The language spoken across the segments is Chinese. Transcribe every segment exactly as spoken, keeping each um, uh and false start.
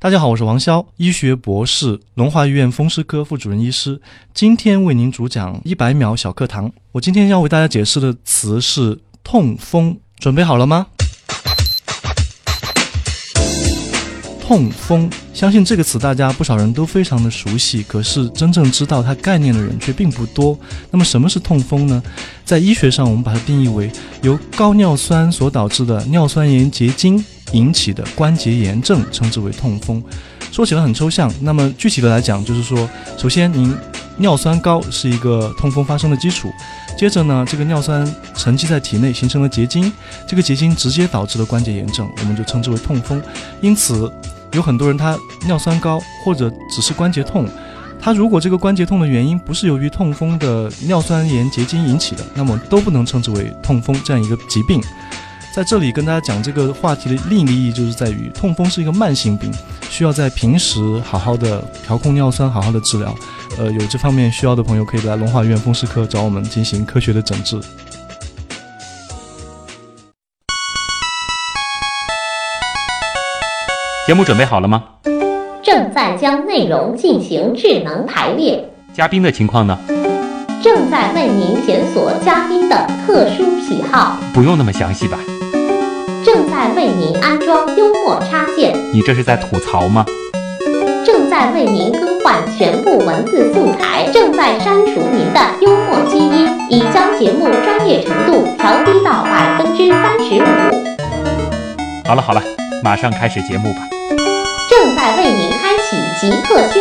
大家好，我是王潇，医学博士，龙华医院风湿科副主任医师。今天为您主讲一百秒小课堂。我今天要为大家解释的词是痛风，准备好了吗？痛风，相信这个词大家不少人都非常的熟悉，可是真正知道它概念的人却并不多。那么什么是痛风呢？在医学上我们把它定义为由高尿酸所导致的尿酸盐结晶引起的关节炎症，称之为痛风。说起来很抽象，那么具体的来讲就是说，首先您尿酸高是一个痛风发生的基础，接着呢，这个尿酸沉积在体内形成了结晶，这个结晶直接导致了关节炎症，我们就称之为痛风。因此有很多人他尿酸高或者只是关节痛，他如果这个关节痛的原因不是由于痛风的尿酸盐结晶引起的，那么都不能称之为痛风这样一个疾病。在这里跟大家讲这个话题的另一个意义，就是在于痛风是一个慢性病，需要在平时好好的调控尿酸，好好的治疗。呃，有这方面需要的朋友可以来龙华医院风湿科找我们进行科学的诊治。 节目准备好了吗？ 正在将内容进行智能排列。 嘉宾的情况呢？ 正在为您检索嘉宾的特殊喜好。 不用那么详细吧？ 正在为您安装幽默插件。 你这是在吐槽吗？ 正在为您更换全部文字素材。正在删除您的幽默基因，已将节目专业程度调低到百分之三十五。 好了好了，马上开始节目吧。 正在为您开启极客秀。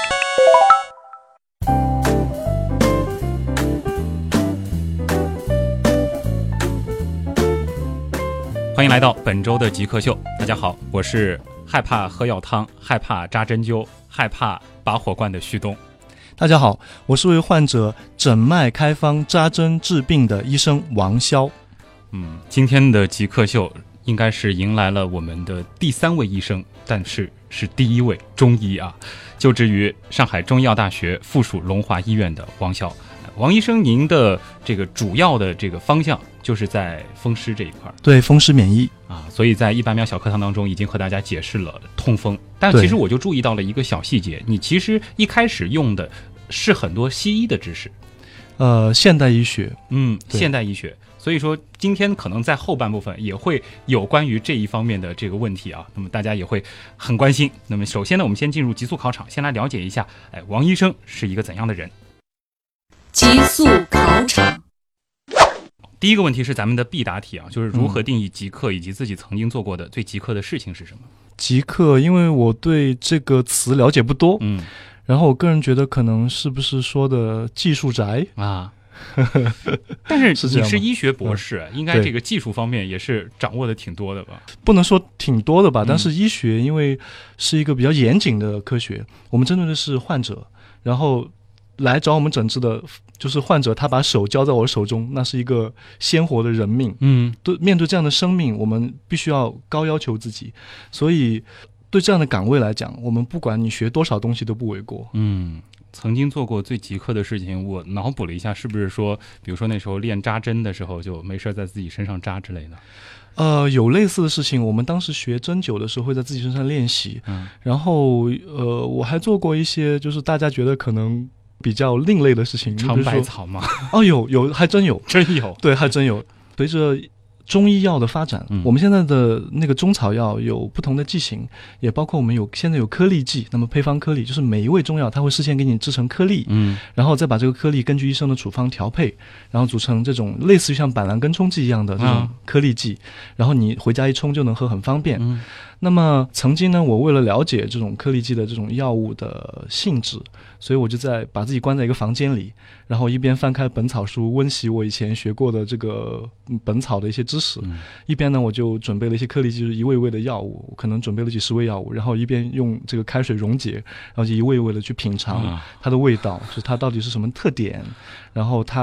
欢迎来到本周的极客秀。大家好，我是害怕喝药汤、害怕扎针灸、害怕拔火罐的旭东。 大家好，我是为患者诊脉开方扎针治病的医生王潇。 嗯，今天的极客秀应该是迎来了我们的第三位医生，但是是第一位中医啊，就职于上海中医药大学附属龙华医院的王潇。王医生，您的这个主要的这个方向就是在风湿这一块。 对，风湿免疫啊，所以在一百秒小课堂当中已经和大家解释了痛风，但其实我就注意到了一个小细节，你其实一开始用的是很多西医的知识， 呃，现代医学， 嗯，现代医学。所以说今天可能在后半部分也会有关于这一方面的这个问题啊，那么大家也会很关心。那么首先呢，我们先进入极速考场，先来了解一下，哎，王医生是一个怎样的人？ 极速考场。 第一个问题是咱们的必答题啊，就是如何定义极客，以及自己曾经做过的最极客的事情是什么？ 极客，因为我对这个词了解不多， 嗯， 然后我个人觉得可能是不是说的技术宅啊？但是你是医学博士， 嗯、 应该这个技术方面也是掌握的挺多的吧？ 不能说挺多的吧， 嗯、 但是医学因为是一个比较严谨的科学，我们针对的是患者，然后来找我们诊治的就是患者，他把手交在我的手中，那是一个鲜活的人命。 嗯， 对，面对这样的生命，我们必须要高要求自己，所以对这样的岗位来讲，我们不管你学多少东西都不为过。 嗯，曾经做过最极客的事情，我脑补了一下，是不是说，比如说那时候练扎针的时候，就没事在自己身上扎之类的？ 呃，有类似的事情，我们当时学针灸的时候会在自己身上练习。 嗯， 然后呃，我还做过一些就是大家觉得可能比较另类的事情， 尝百草吗？ 哦，有有，还真有， 真有， 对，还真有。随着中医药的发展、嗯、我们现在的那个中草药有不同的剂型，也包括我们有现在有颗粒剂，那么配方颗粒就是每一味中药它会事先给你制成颗粒， 嗯， 然后再把这个颗粒根据医生的处方调配，然后组成这种类似于像板蓝根冲剂一样的这种颗粒剂、嗯、然后你回家一冲就能喝，很方便。 嗯， 那么曾经呢，我为了了解这种颗粒剂的这种药物的性质，所以我就在把自己关在一个房间里，然后一边翻开本草书温习我以前学过的这个本草的一些知识、嗯、一边呢我就准备了一些颗粒剂，就是一味味的药物，可能准备了几十味药物，然后一边用这个开水溶解，然后就一味味的去品尝它的味道、嗯、就是它到底是什么特点，然后它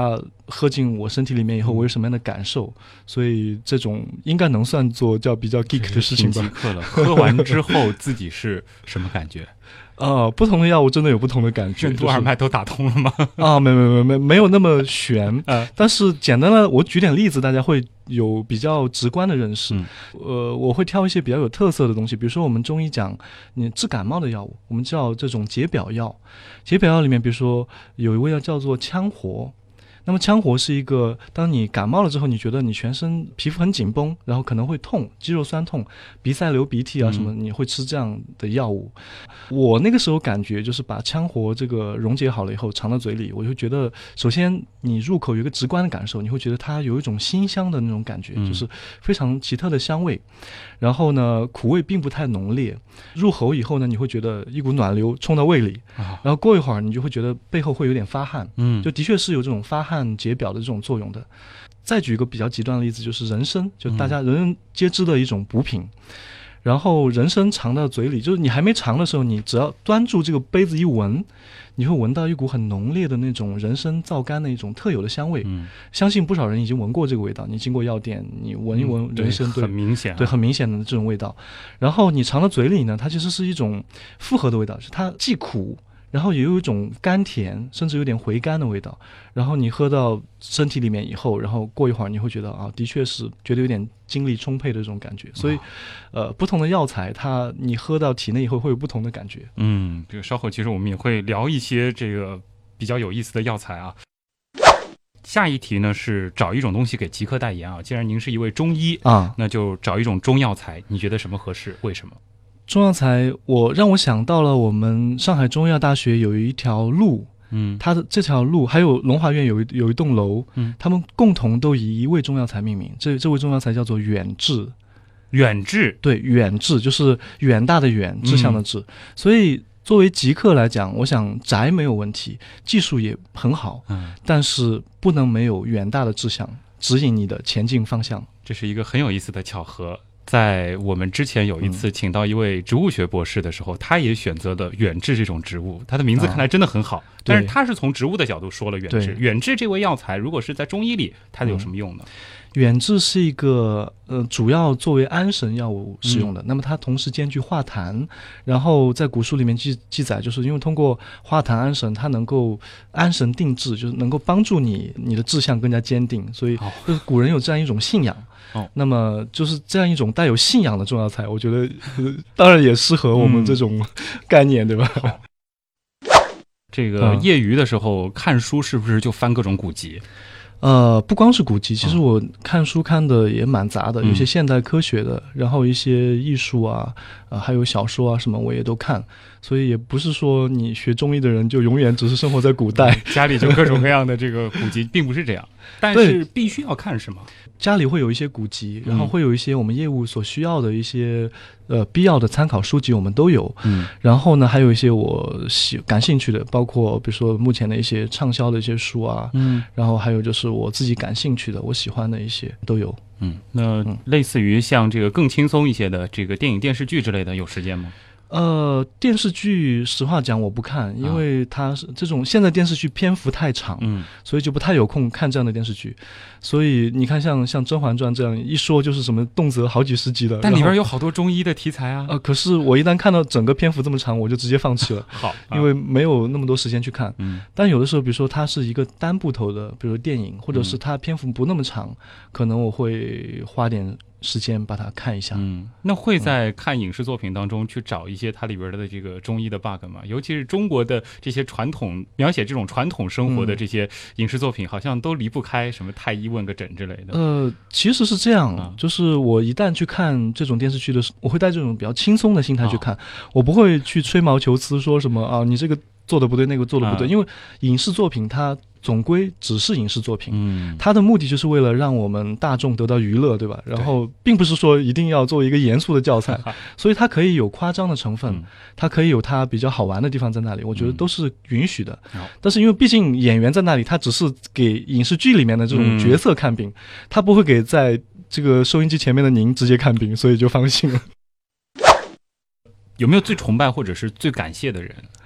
喝进我身体里面以后我有什么样的感受，所以这种应该能算作叫比较 geek 的事情吧。 极客了，喝完之后自己是什么感觉？ 呃，不同的药物真的有不同的感觉。 任督二脉都打通了吗？ 啊，没没没没没有那么悬、 呃、 但是简单的我举点例子，大家会有比较直观的认识。 嗯、 呃，我会挑一些比较有特色的东西，比如说我们中医讲你治感冒的药物，我们叫这种解表药。解表药里面，比如说有一味药叫做羌活。那么羌活是一个，当你感冒了之后，你觉得你全身皮肤很紧绷，然后可能会痛，肌肉酸痛，鼻塞流鼻涕啊什么，你会吃这样的药物。我那个时候感觉就是把羌活这个溶解好了以后藏到嘴里，我就觉得首先你入口有一个直观的感受，你会觉得它有一种辛香的那种感觉，就是非常奇特的香味。然后呢，苦味并不太浓烈，入喉以后呢，你会觉得一股暖流冲到胃里，然后过一会儿你就会觉得背后会有点发汗，嗯，就的确是有这种发汗解表的这种作用的。再举一个比较极端的例子，就是人参，就大家人人皆知的一种补品。然后人参藏到嘴里，就是你还没尝的时候，你只要端住这个杯子一闻，你会闻到一股很浓烈的那种人参皂苷的一种特有的香味。嗯，相信不少人已经闻过这个味道。你经过药店，你闻一闻人参， 嗯、对，很明显、啊， 对，很明显的这种味道。然后你尝到嘴里呢，它其实是一种复合的味道，是它既苦，然后也有一种甘甜，甚至有点回甘的味道。然后你喝到身体里面以后，然后过一会儿你会觉得啊，的确是觉得有点精力充沛的这种感觉。所以，呃，不同的药材，它你喝到体内以后会有不同的感觉。 嗯，这个稍后其实我们也会聊一些这个比较有意思的药材啊。下一题呢是找一种东西给极客代言啊。既然您是一位中医啊，那就找一种中药材，你觉得什么合适？为什么？ 中药材，我让我想到了我们上海中医药大学有一条路，嗯，它的这条路还有龙华院有一有一栋楼，嗯，他们共同都以一味中药材命名。这这味中药材叫做远志。 远志， 对，远志就是远大的远，志向的志。嗯、所以作为极客来讲，我想宅没有问题，技术也很好，嗯，但是不能没有远大的志向指引你的前进方向。 这是一个很有意思的巧合。在我们之前有一次请到一位植物学博士的时候，嗯、他也选择的远志这种植物，他的名字看来真的很好，啊、但是他是从植物的角度说了远志。远志这味药材，如果是在中医里，它有什么用呢？嗯、 远志是一个呃，主要作为安神药物使用的。嗯、那么它同时兼具化痰，然后在古书里面记记载，就是因为通过化痰安神，它能够安神定志，就是能够帮助你你的志向更加坚定，所以就是古人有这样一种信仰。哦，那么就是这样一种带有信仰的中药材，我觉得、呃、当然也适合我们这种概念，嗯、对吧？ 这个业余的时候看书是不是就翻各种古籍？ 呃，不光是古籍，其实我看书看的也蛮杂的，嗯、有些现代科学的，然后一些艺术啊，呃，还有小说啊什么我也都看，所以也不是说你学中医的人就永远只是生活在古代， 嗯、家里就各种各样的这个古籍，并不是这样，但是必须要看是吗？ 家里会有一些古籍，然后会有一些我们业务所需要的一些呃必要的参考书籍，我们都有。嗯，然后呢，还有一些我喜感兴趣的，包括比如说目前的一些畅销的一些书啊，嗯，然后还有就是我自己感兴趣的、我喜欢的一些都有。 嗯，那类似于像这个更轻松一些的这个电影、电视剧之类的，有时间吗？ 呃，电视剧实话讲我不看，因为它是这种现在电视剧篇幅太长，嗯，所以就不太有空看这样的电视剧。所以你看像像《甄嬛传》这样一说就是什么动辄好几十集的， 但里边有好多中医的题材啊。 呃，可是我一旦看到整个篇幅这么长，我就直接放弃了。 好， 因为没有那么多时间去看。嗯，但有的时候，比如说它是一个单部头的，比如电影，或者是它篇幅不那么长，嗯、可能我会花点时间把它看一下。 嗯，那会在看影视作品当中去找一些它里边的这个中医的 bug 吗？尤其是中国的这些传统描写这种传统生活的这些影视作品，好像都离不开什么太医问个诊之类的。 呃，其实是这样，啊、就是我一旦去看这种电视剧的时候，我会带这种比较轻松的心态去看，啊、我不会去吹毛求疵说什么啊，你这个做的不对，那个做的不对，啊、因为影视作品它总归只是影视作品，嗯，它的目的就是为了让我们大众得到娱乐，对吧？然后并不是说一定要做一个严肃的教材，所以它可以有夸张的成分，嗯、它可以有它比较好玩的地方在那里，我觉得都是允许的。嗯、但是因为毕竟演员在那里，他只是给影视剧里面的这种角色看病，嗯、他不会给在这个收音机前面的您直接看病，所以就放心了。 有没有最崇拜或者是最感谢的人？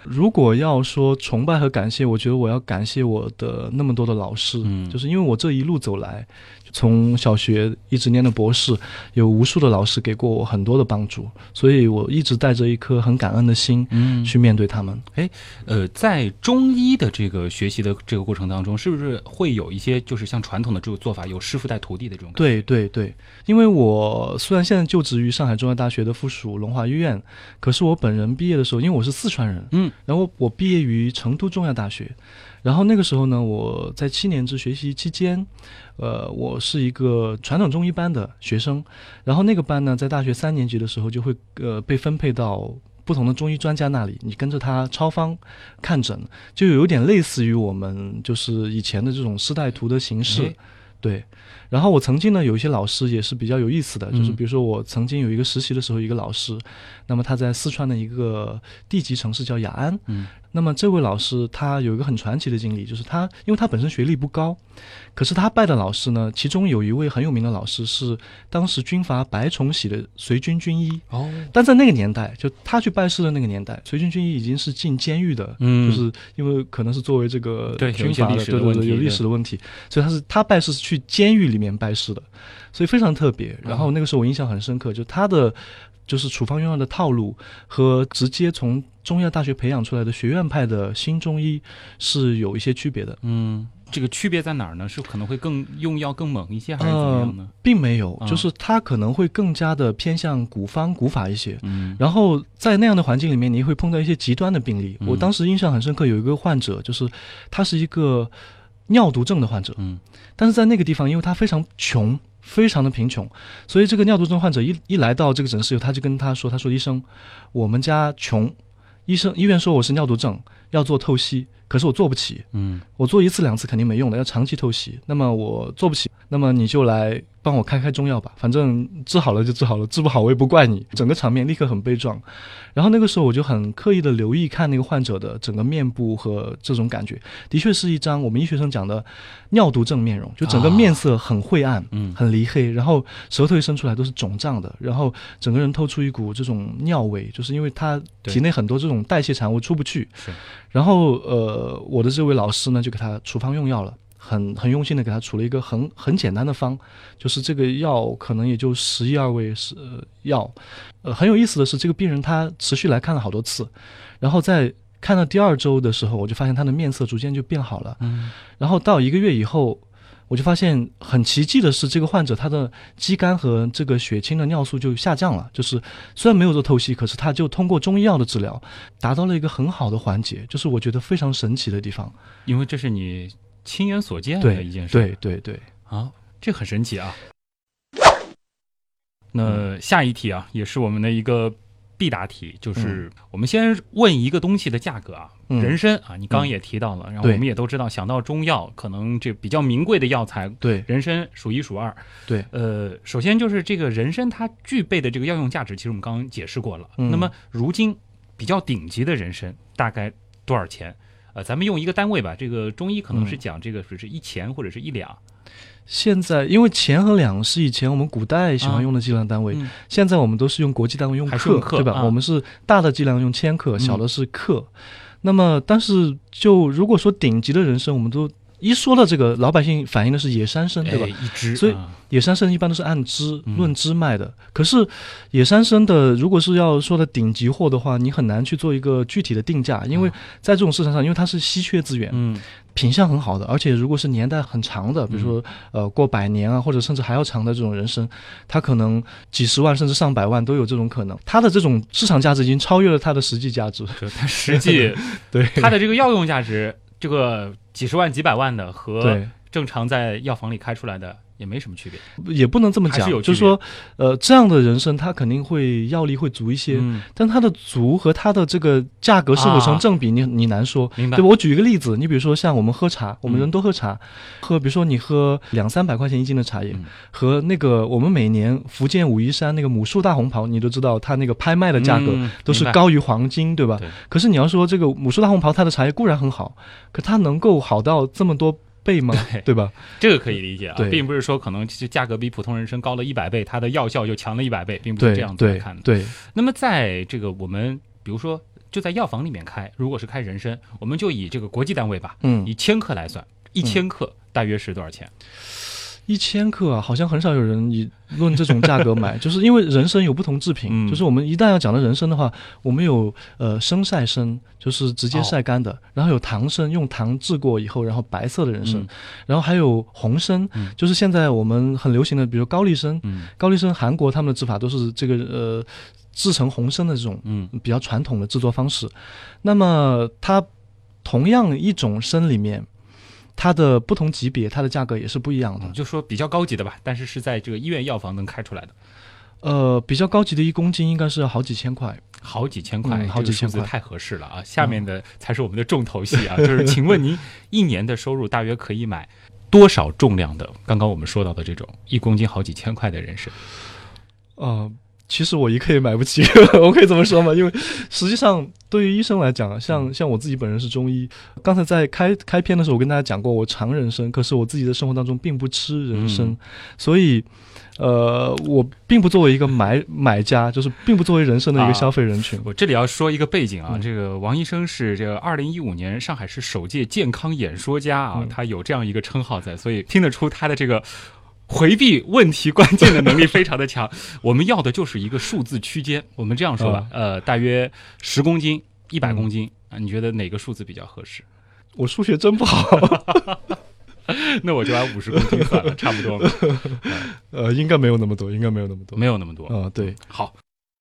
如果要说崇拜和感谢，我觉得我要感谢我的那么多的老师， 嗯， 就是因为我这一路走来，从小学一直念的博士，有无数的老师给过我很多的帮助，所以我一直带着一颗很感恩的心，嗯，去面对他们。 哎，呃，在中医的这个学习的这个过程当中，是不是会有一些就是像传统的这种做法，有师傅带徒弟的这种感觉？ 对对对，因为我虽然现在就职于上海中药大学的附属龙华医院，可是我本人毕业的时候，因为我是四川人，嗯，然后我毕业于成都中药大学。然后那个时候呢，我在七年制学习期间，呃，我是一个传统中医班的学生，然后那个班呢，在大学三年级的时候就会呃被分配到不同的中医专家那里，你跟着他抄方看诊，就有点类似于我们就是以前的这种师带徒的形式，嗯，对。然后我曾经呢有一些老师也是比较有意思的，嗯，就是比如说我曾经有一个实习的时候，一个老师，那么他在四川的一个地级城市叫雅安，嗯，那么这位老师他有一个很传奇的经历，就是他因为他本身学历不高，可是他拜的老师呢，其中有一位很有名的老师是当时军阀白崇禧的随军军医，哦，但在那个年代，就他去拜师的那个年代，随军军医已经是进监狱的，嗯，就是因为可能是作为这个军阀的，对对对，有历史的问题，所以他是他拜师是去监狱里面拜师的，所以非常特别。然后那个时候我印象很深刻，就他的就是处方用药的套路和直接从中药大学培养出来的学院派的新中医是有一些区别的。嗯， 这个区别在哪儿呢？是可能会更用药更猛一些，还是怎么样呢？ 呃、并没有，就是他可能会更加的偏向古方古法一些。嗯，然后在那样的环境里面，你会碰到一些极端的病例。嗯，我当时印象很深刻，有一个患者，就是他是一个尿毒症的患者。嗯，但是在那个地方，因为他非常穷。非常的贫穷，所以这个尿毒症患者一一来到这个诊室以后，他就跟他说，他说医生，我们家穷，医生医院说我是尿毒症，要做透析，可是我做不起，嗯，我做一次两次肯定没用的，要长期透析，那么我做不起，那么你就来帮我开开中药吧，反正治好了就治好了，治不好我也不怪你。整个场面立刻很悲壮。然后那个时候我就很刻意的留意看那个患者的整个面部和这种感觉，的确是一张我们医学生讲的尿毒症面容，就整个面色很晦暗，嗯，很离黑，然后舌头一伸出来都是肿胀的，然后整个人透出一股这种尿味，就是因为他体内很多这种代谢产物出不去。是。然后呃，我的这位老师呢就给他处方用药了。很很用心的给他处了一个很很简单的方，就是这个药可能也就十一二味是、呃、药，呃很有意思的是，这个病人他持续来看了好多次，然后在看到第二周的时候，我就发现他的面色逐渐就变好了，嗯，然后到一个月以后，我就发现很奇迹的是，这个患者他的肌酐和这个血清的尿素就下降了，就是虽然没有做透析，可是他就通过中医药的治疗达到了一个很好的缓解，就是我觉得非常神奇的地方， 因为这是你亲眼所见的一件事。 对对对对啊，这很神奇啊。那下一题啊，也是我们的一个必答题，就是我们先问一个东西的价格啊，嗯、人参啊，你刚刚也提到了，嗯、然后我们也都知道，想到中药，可能这比较名贵的药材， 对， 人参数一数二。 对， 呃，首先就是这个人参它具备的这个药用价值，其实我们刚刚解释过了。嗯、那么如今比较顶级的人参大概多少钱？呃，咱们用一个单位吧，这个中医可能是讲这个是一钱或者是一两。 现在因为钱和两是以前我们古代喜欢用的计量单位，啊嗯、现在我们都是用国际单位用克， 克对吧？ 啊、 我们是大的剂量用千克，小的是克。嗯、那么，但是就如果说顶级的人参，我们都一说到这个，老百姓反映的是野山参，对吧？ 一支， 所以野山参一般都是按支论支卖的。嗯、可是野山参的，如果是要说的顶级货的话，你很难去做一个具体的定价，因为在这种市场上，因为它是稀缺资源，嗯，品相很好的，而且如果是年代很长的，比如说、嗯、呃过百年啊，或者甚至还要长的这种人参，它可能几十万甚至上百万都有这种可能。它的这种市场价值已经超越了它的实际价值， 它实际对它的这个药用价值。这个几十万几百万的和正常在药房里开出来的也没什么区别， 也不能这么讲，就是说呃这样的人参它肯定会药力会足一些，嗯、但它的足和它的这个价格是否成正比，啊、你你难说， 明白？ 对吧？我举一个例子，你比如说像我们喝茶，我们人都喝茶，嗯、喝比如说你喝两三百块钱一斤的茶叶，嗯、和那个我们每年福建武夷山那个母树大红袍，你都知道它那个拍卖的价格都是高于黄金，嗯、对吧？对。可是你要说这个母树大红袍它的茶叶固然很好，可它能够好到这么多倍吗？对, 对吧？ 这个可以理解啊，并不是说可能其实价格比普通人参高了一百倍，它的药效就强了一百倍，并不是这样子来看的。 对，对对。 那么在这个我们比如说就在药房里面开，如果是开人参，我们就以这个国际单位吧， 嗯， 以千克来算，一千克大约是多少钱？ 一千克啊，好像很少有人以论这种价格买，就是因为人参有不同制品， 嗯、 就是我们一旦要讲到人参的话，我们有呃生晒参，就是直接晒干的，哦、然后有糖参，用糖制过以后，然后白色的人参，嗯、然后还有红参，嗯、就是现在我们很流行的，比如高丽参，嗯、高丽参韩国他们的制法都是这个呃制成红参的这种嗯比较传统的制作方式，那么它同样一种参里面。它的不同级别，它的价格也是不一样的。 嗯、就说比较高级的吧，但是是在这个医院药房能开出来的。 呃，比较高级的一公斤应该是好几千块， 好几千块， 嗯、好几千块， 这个数字太合适了啊！下面的才是我们的重头戏啊，嗯、就是请问您一年的收入大约可以买多少重量的？刚刚我们说到的这种一公斤好几千块的人参。 呃，其实我一克也买不起，我可以这么说吗？因为实际上对于医生来讲，像像我自己本人是中医，刚才在开开篇的时候我跟大家讲过，我尝人参，可是我自己的生活当中并不吃人参，嗯、所以呃，我并不作为一个买买家，就是并不作为人参的一个消费人群。啊、 我这里要说一个背景啊，嗯、这个王医生是这个二零一五年上海市首届健康演说家啊，嗯、他有这样一个称号在，所以听得出他的这个。回避问题关键的能力非常的强，我们要的就是一个数字区间。我们这样说吧，嗯、呃，大约十公斤、一百公斤、嗯、啊，你觉得哪个数字比较合适？ 我数学真不好， 那我就按五十公斤算了，差不多了。 呃，应该没有那么多，应该没有那么多， 没有那么多。 啊、呃，对， 好。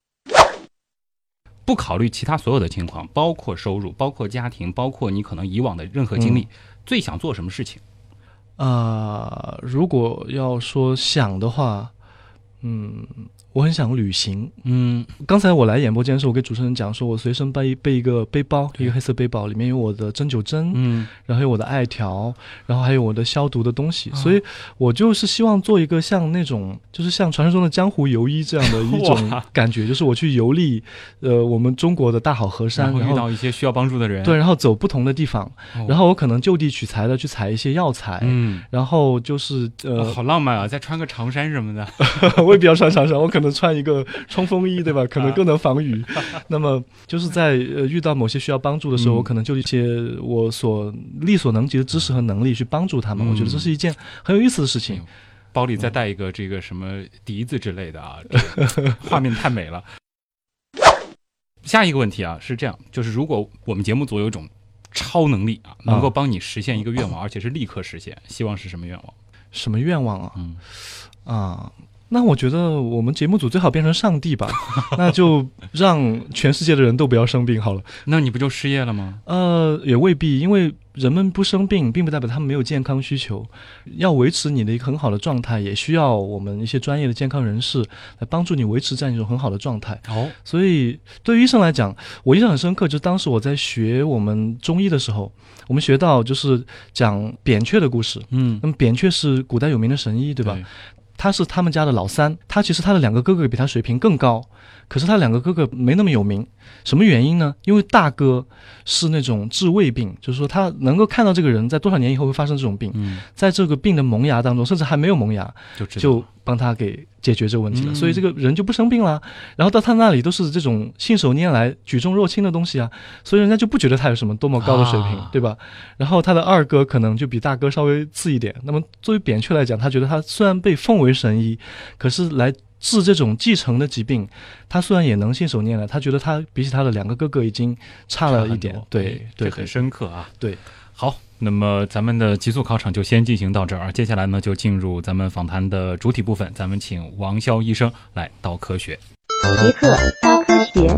不考虑其他所有的情况，包括收入，包括家庭，包括你可能以往的任何经历，嗯、最想做什么事情？ 啊、呃，如果要说想的话，嗯，我很想旅行。嗯，刚才我来演播间的时候，我给主持人讲说，我随身背背一个背包，一个黑色背包，里面有我的针灸针，嗯，然后还有我的艾条，然后还有我的消毒的东西。哦、所以我就是希望做一个像那种，就是像传说中的江湖游医这样的一种感觉，就是我去游历，呃，我们中国的大好河山， 然后遇到一些需要帮助的人， 对，然后走不同的地方，哦、然后我可能就地取材的去采一些药材，嗯，然后就是呃、 哦，好浪漫啊，再穿个长衫什么的， 我也不要穿长衫，我可能穿一个冲锋衣，对吧？可能更能防雨。那么就是在呃遇到某些需要帮助的时候，嗯、我可能就一些我所力所能及的知识和能力去帮助他们。嗯、我觉得这是一件很有意思的事情。嗯、 包里再带一个这个什么笛子之类的啊，画面太美了。下一个问题啊是这样，就是如果我们节目组有一种超能力啊，能够帮你实现一个愿望，啊、而且是立刻实现，希望是什么愿望？ 什么愿望啊？嗯啊。那我觉得我们节目组最好变成上帝吧，那就让全世界的人都不要生病好了。 那你不就失业了吗？ 呃，也未必，因为人们不生病，并不代表他们没有健康需求。要维持你的一个很好的状态，也需要我们一些专业的健康人士来帮助你维持这样一种很好的状态。哦，所以对于医生来讲，我印象很深刻，就是当时我在学我们中医的时候，我们学到就是讲扁鹊的故事。嗯，那么扁鹊是古代有名的神医，对吧？对，他是他们家的老三，他其实他的两个哥哥比他水平更高，可是他两个哥哥没那么有名。什么原因呢？因为大哥是那种治胃病，就是说他能够看到这个人在多少年以后会发生这种病，嗯、在这个病的萌芽当中，甚至还没有萌芽，就, 就帮他给解决这个问题了，嗯、所以这个人就不生病了。然后到他那里都是这种信手拈来、举重若轻的东西啊，所以人家就不觉得他有什么多么高的水平，啊、对吧？然后他的二哥可能就比大哥稍微次一点。那么作为扁鹊来讲，他觉得他虽然被奉为神医，可是来治这种继承的疾病，他虽然也能信手拈来，他觉得他比起他的两个哥哥已经差了一点。对对， 这很深刻啊。 对， 好，那么咱们的极速考场就先进行到这儿，接下来呢就进入咱们访谈的主体部分，咱们请王潇医生来道科学。 极客高科学。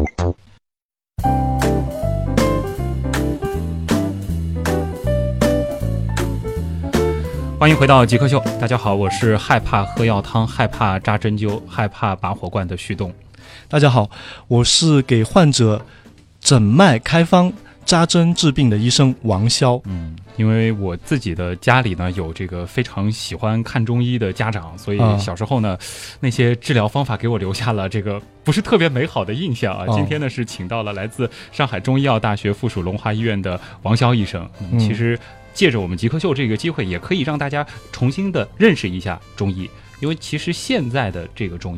欢迎回到极客秀，大家好，我是害怕喝药汤、害怕扎针灸、害怕拔火罐的旭东。 大家好，我是给患者诊脉开方、扎针治病的医生王潇。 嗯，因为我自己的家里呢有这个非常喜欢看中医的家长，所以小时候呢、啊、那些治疗方法给我留下了这个不是特别美好的印象啊。哦、今天呢是请到了来自上海中医药大学附属龙华医院的王潇医生。嗯，其实借着我们极客秀这个机会，也可以让大家重新的认识一下中医，因为其实现在的这个中医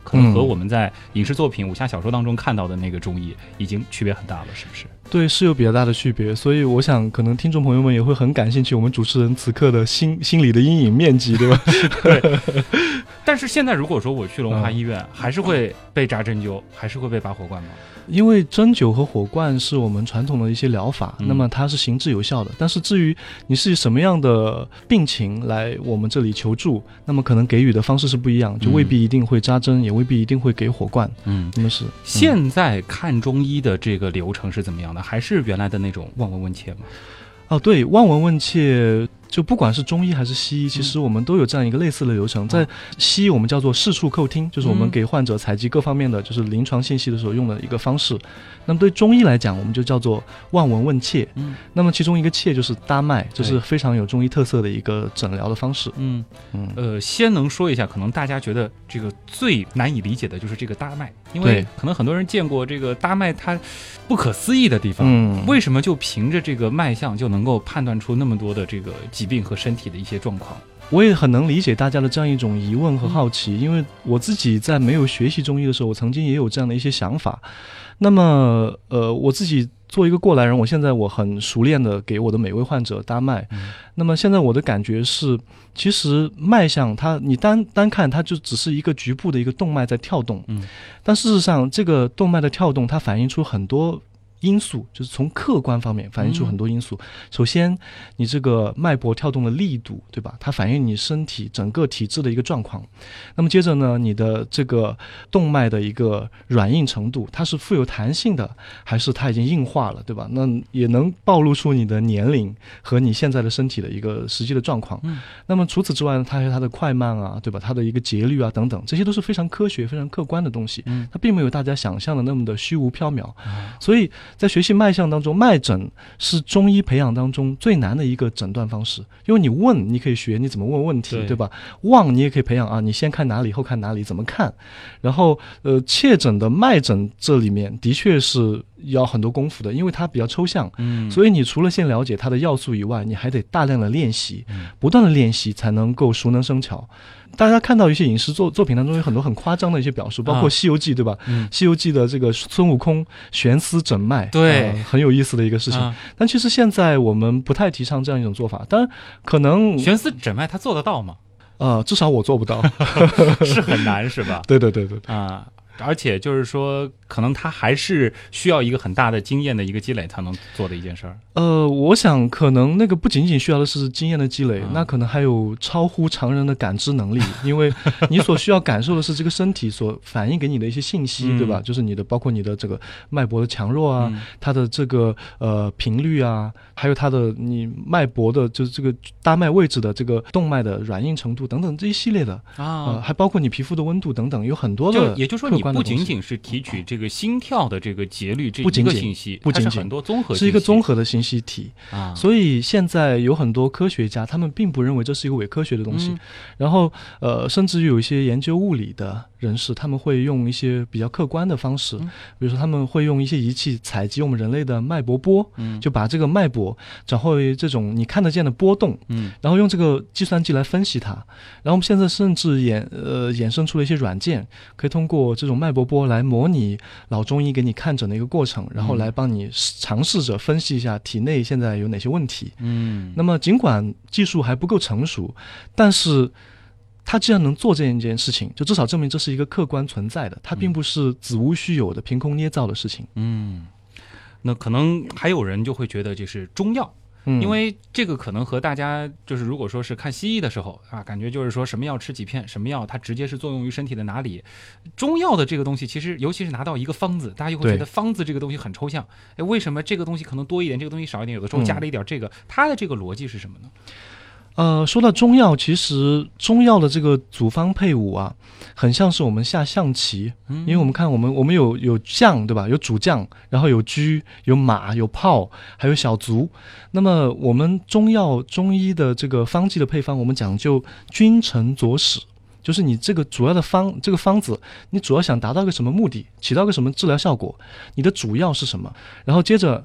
可能和我们在影视作品、武侠小说当中看到的那个中医已经区别很大了，是不是？ 对，是有比较大的区别，所以我想可能听众朋友们也会很感兴趣我们主持人此刻的心心理的阴影面积，对吧？ 对。但是现在如果说我去龙华医院，嗯、还是会被扎针灸，还是会被拔火罐吗？ 因为针灸和火罐是我们传统的一些疗法， 嗯、 那么它是行之有效的。但是至于你是以什么样的病情来我们这里求助，那么可能给予的方式是不一样，就未必一定会扎针，嗯、也未必一定会给火罐。嗯，那么是、嗯、 现在看中医的这个流程是怎么样的？还是原来的那种望闻问切吗？ 哦，对，望闻问切。就不管是中医还是西医，其实我们都有这样一个类似的流程。在西医我们叫做视触叩听，就是我们给患者采集各方面的就是临床信息的时候用的一个方式。那么对中医来讲，我们就叫做望闻问切。嗯，那么其中一个切就是搭脉，这、就是非常有中医特色的一个诊疗的方式。 嗯嗯，呃，先能说一下，可能大家觉得这个最难以理解的就是这个搭脉，因为可能很多人见过这个搭脉，它不可思议的地方，嗯，为什么就凭着这个脉象就能够判断出那么多的这个疾病和身体的一些状况？ 我也很能理解大家的这样一种疑问和好奇，嗯、因为我自己在没有学习中医的时候，我曾经也有这样的一些想法。那么，呃，我自己做一个过来人，我现在我很熟练的给我的每位患者搭脉。嗯、那么现在我的感觉是，其实脉象它你单单看它就只是一个局部的一个动脉在跳动，嗯，但事实上这个动脉的跳动它反映出很多因素，就是从客观方面反映出很多因素。嗯、首先你这个脉搏跳动的力度，对吧，它反映你身体整个体质的一个状况。那么接着呢，你的这个动脉的一个软硬程度，它是富有弹性的还是它已经硬化了，对吧？那也能暴露出你的年龄和你现在的身体的一个实际的状况。嗯、那么除此之外呢，它还有它的快慢啊，对吧，它的一个节律啊等等，这些都是非常科学非常客观的东西。嗯、它并没有大家想象的那么的虚无缥缈。嗯、所以在学习脉象当中，脉诊是中医培养当中最难的一个诊断方式。因为你问你可以学你怎么问问题， 对, 对吧？望你也可以培养啊，你先看哪里后看哪里怎么看。然后呃，切诊的脉诊这里面的确是要很多功夫的，因为它比较抽象。嗯，所以你除了先了解它的要素以外，你还得大量的练习，嗯、不断的练习才能够熟能生巧。大家看到一些影视作作品当中有很多很夸张的一些表述，包括《西游记》，对吧？嗯，《西游记》的这个孙悟空悬丝诊脉， 对、 呃，很有意思的一个事情。啊、但其实现在我们不太提倡这样一种做法，当然可能悬丝诊脉他做得到吗？ 呃，至少我做不到， 是很难，是吧？ 对对对对啊。而且就是说，可能他还是需要一个很大的经验的一个积累才能做的一件事儿。 呃，我想可能那个不仅仅需要的是经验的积累，嗯、那可能还有超乎常人的感知能力，因为你所需要感受的是这个身体所反映给你的一些信息，嗯、对吧？就是你的，包括你的这个脉搏的强弱啊，嗯、它的这个呃频率啊，还有它的你脉搏的，就是这个搭脉位置的这个动脉的软硬程度等等这一系列的啊、呃，还包括你皮肤的温度等等，有很多的。 就也就是说你。不仅仅是提取这个心跳的这个节律这一个信息， 不仅仅它是很多综合信息， 是一个综合的信息体啊。所以现在有很多科学家，他们并不认为这是一个伪科学的东西。嗯、然后呃，甚至于有一些研究物理的人士，他们会用一些比较客观的方式，嗯、比如说他们会用一些仪器采集我们人类的脉搏波，嗯、就把这个脉搏转化为这种你看得见的波动，嗯、然后用这个计算机来分析它。然后我们现在甚至衍呃衍生出了一些软件，可以通过这种脉搏波来模拟老中医给你看诊的一个过程，然后来帮你尝试着分析一下体内现在有哪些问题。嗯，那么尽管技术还不够成熟，但是他既然能做这样一件事情，就至少证明这是一个客观存在的，它并不是子无虚有的凭空捏造的事情。 嗯，那可能还有人就会觉得这是中药。因为这个可能和大家就是如果说是看西医的时候啊，感觉就是说什么药吃几片，什么药它直接是作用于身体的哪里。中药的这个东西其实尤其是拿到一个方子，大家就会觉得方子这个东西很抽象。哎，为什么这个东西可能多一点，这个东西少一点，有的时候加了一点这个，嗯、它的这个逻辑是什么呢？ 呃，说到中药，其实中药的这个组方配伍啊，很像是我们下象棋，嗯、因为我们看我们我们有有将，对吧？有主将，然后有车，有马，有炮，还有小卒。那么我们中药中医的这个方剂的配方，我们讲究君臣佐使，就是你这个主要的方这个方子，你主要想达到一个什么目的，起到一个什么治疗效果，你的主要是什么，然后接着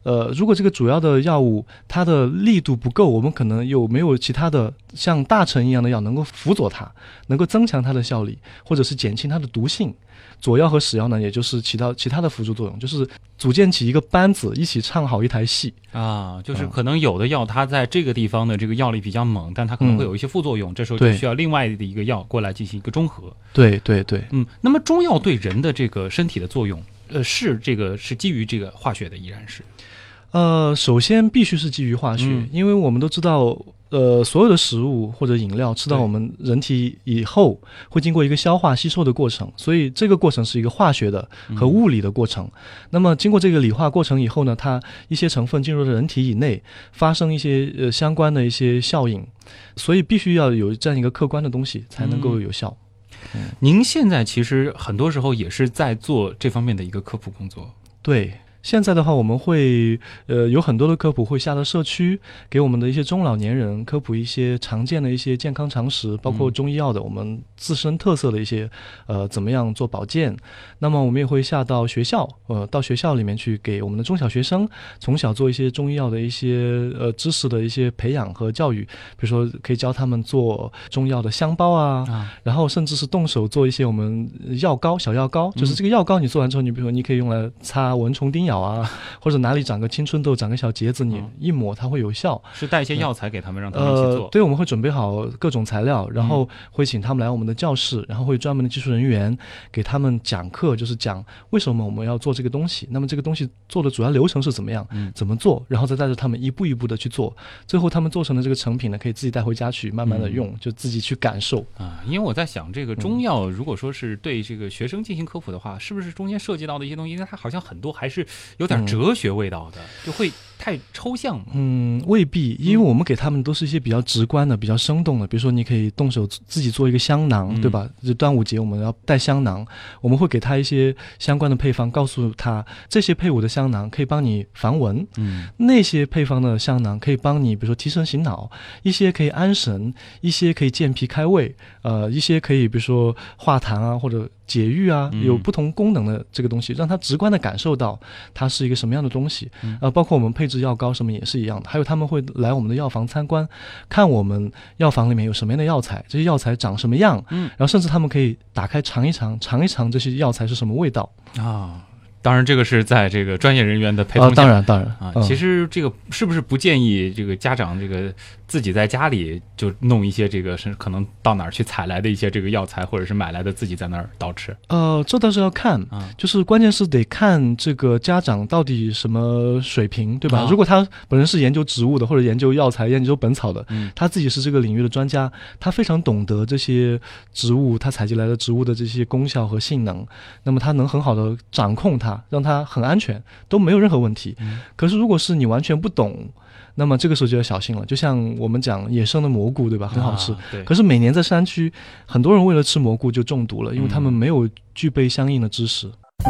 呃，如果这个主要的药物它的力度不够，我们可能有没有其他的像大成一样的药能够辅佐它，能够增强它的效力，或者是减轻它的毒性。佐药和使药呢，也就是起到其他的辅助作用，就是组建起一个班子，一起唱好一台戏啊。就是可能有的药它在这个地方的这个药力比较猛，但它可能会有一些副作用，嗯、这时候就需要另外的一个药过来进行一个中和。 对对对， 嗯。那么中药对人的这个身体的作用，呃，是这个是基于这个化学的，依然是。 呃，首先必须是基于化学，嗯、因为我们都知道。呃，所有的食物或者饮料吃到我们人体以后，会经过一个消化吸收的过程，所以这个过程是一个化学的和物理的过程。嗯、那么经过这个理化过程以后呢，它一些成分进入了人体以内，发生一些呃相关的一些效应，所以必须要有这样一个客观的东西才能够有效。 嗯嗯、您现在其实很多时候也是在做这方面的一个科普工作。 对。现在的话，我们会呃有很多的科普会下到社区，给我们的一些中老年人科普一些常见的一些健康常识，包括中医药的我们自身特色的一些呃怎么样做保健。那么我们也会下到学校，呃到学校里面去给我们的中小学生从小做一些中医药的一些呃知识的一些培养和教育，比如说可以教他们做中药的香包啊，啊然后甚至是动手做一些我们药膏小药膏，就是这个药膏你做完之后，你比如说你可以用来擦蚊虫叮咬啊，或者哪里长个青春痘长个小结子，你一抹它会有效。 是带一些药材给他们，让他们一起做。 呃，对，我们会准备好各种材料，然后会请他们来我们的教室，然后会专门的技术人员给他们讲课，就是讲为什么我们要做这个东西，那么这个东西做的主要流程是怎么样，嗯、怎么做，然后再带着他们一步一步的去做，最后他们做成的这个成品呢，可以自己带回家去慢慢的用，嗯、就自己去感受啊。因为我在想，这个中药如果说是对这个学生进行科普的话，嗯、是不是中间涉及到的一些东西，因为它好像很多还是有点哲学味道的，嗯、就会太抽象。 嗯，未必，因为我们给他们都是一些比较直观的、比较生动的，比如说你可以动手自己做一个香囊，嗯、对吧？就端午节我们要带香囊，我们会给他一些相关的配方，告诉他这些配伍的香囊可以帮你防蚊，嗯，那些配方的香囊可以帮你，比如说提神醒脑，一些可以安神，一些可以健脾开胃，呃，一些可以比如说化痰啊或者解郁啊，有不同功能的这个东西，让他直观的感受到它是一个什么样的东西。嗯、呃，包括我们配置药膏什么也是一样的，还有他们会来我们的药房参观，看我们药房里面有什么样的药材，这些药材长什么样，嗯，然后甚至他们可以打开尝一尝，尝一尝这些药材是什么味道啊。当然，这个是在这个专业人员的陪同下。 啊，当然，当然啊。嗯、其实这个是不是不建议这个家长这个自己在家里就弄一些这个是可能到哪儿去采来的一些这个药材，或者是买来的自己在那儿倒吃？ 呃，这倒是要看，啊、就是关键是得看这个家长到底什么水平，对吧？啊、如果他本人是研究植物的，或者研究药材、研究本草的，嗯、他自己是这个领域的专家，他非常懂得这些植物，他采集来的植物的这些功效和性能，那么他能很好的掌控它。让它很安全，都没有任何问题。嗯、可是如果是你完全不懂，那么这个时候就要小心了。就像我们讲野生的蘑菇，对吧？很好吃。啊、可是每年在山区，很多人为了吃蘑菇就中毒了，因为他们没有具备相应的知识。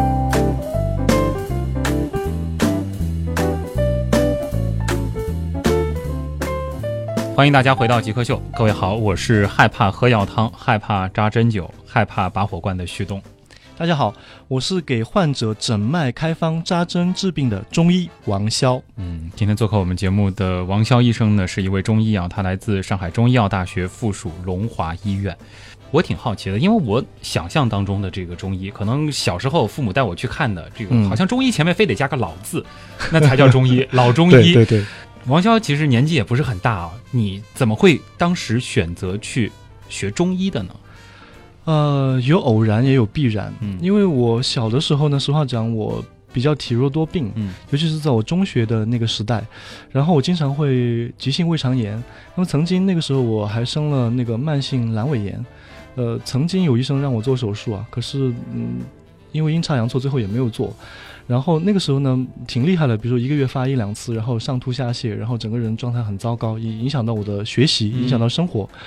欢迎大家回到极客秀，各位好，我是害怕喝药汤、害怕扎针灸、害怕拔火罐的旭东。 大家好，我是给患者诊脉开方扎针治病的中医王潇。 嗯，今天做客我们节目的王潇医生呢，是一位中医啊，他来自上海中医药大学附属龙华医院。我挺好奇的，因为我想象当中的这个中医，可能小时候父母带我去看的这个，嗯、好像中医前面非得加个老字，那才叫中医，老中医。 对对对。 王潇其实年纪也不是很大啊，你怎么会当时选择去学中医的呢？ 呃，有偶然也有必然，嗯，因为我小的时候呢，实话讲，我比较体弱多病，嗯，尤其是在我中学的那个时代，然后我经常会急性胃肠炎，那么曾经那个时候我还生了那个慢性阑尾炎，呃，曾经有医生让我做手术啊，可是嗯，因为阴差阳错，最后也没有做。然后那个时候呢，挺厉害的，比如说一个月发一两次，然后上吐下泻，然后整个人状态很糟糕，也影响到我的学习，影响到生活。嗯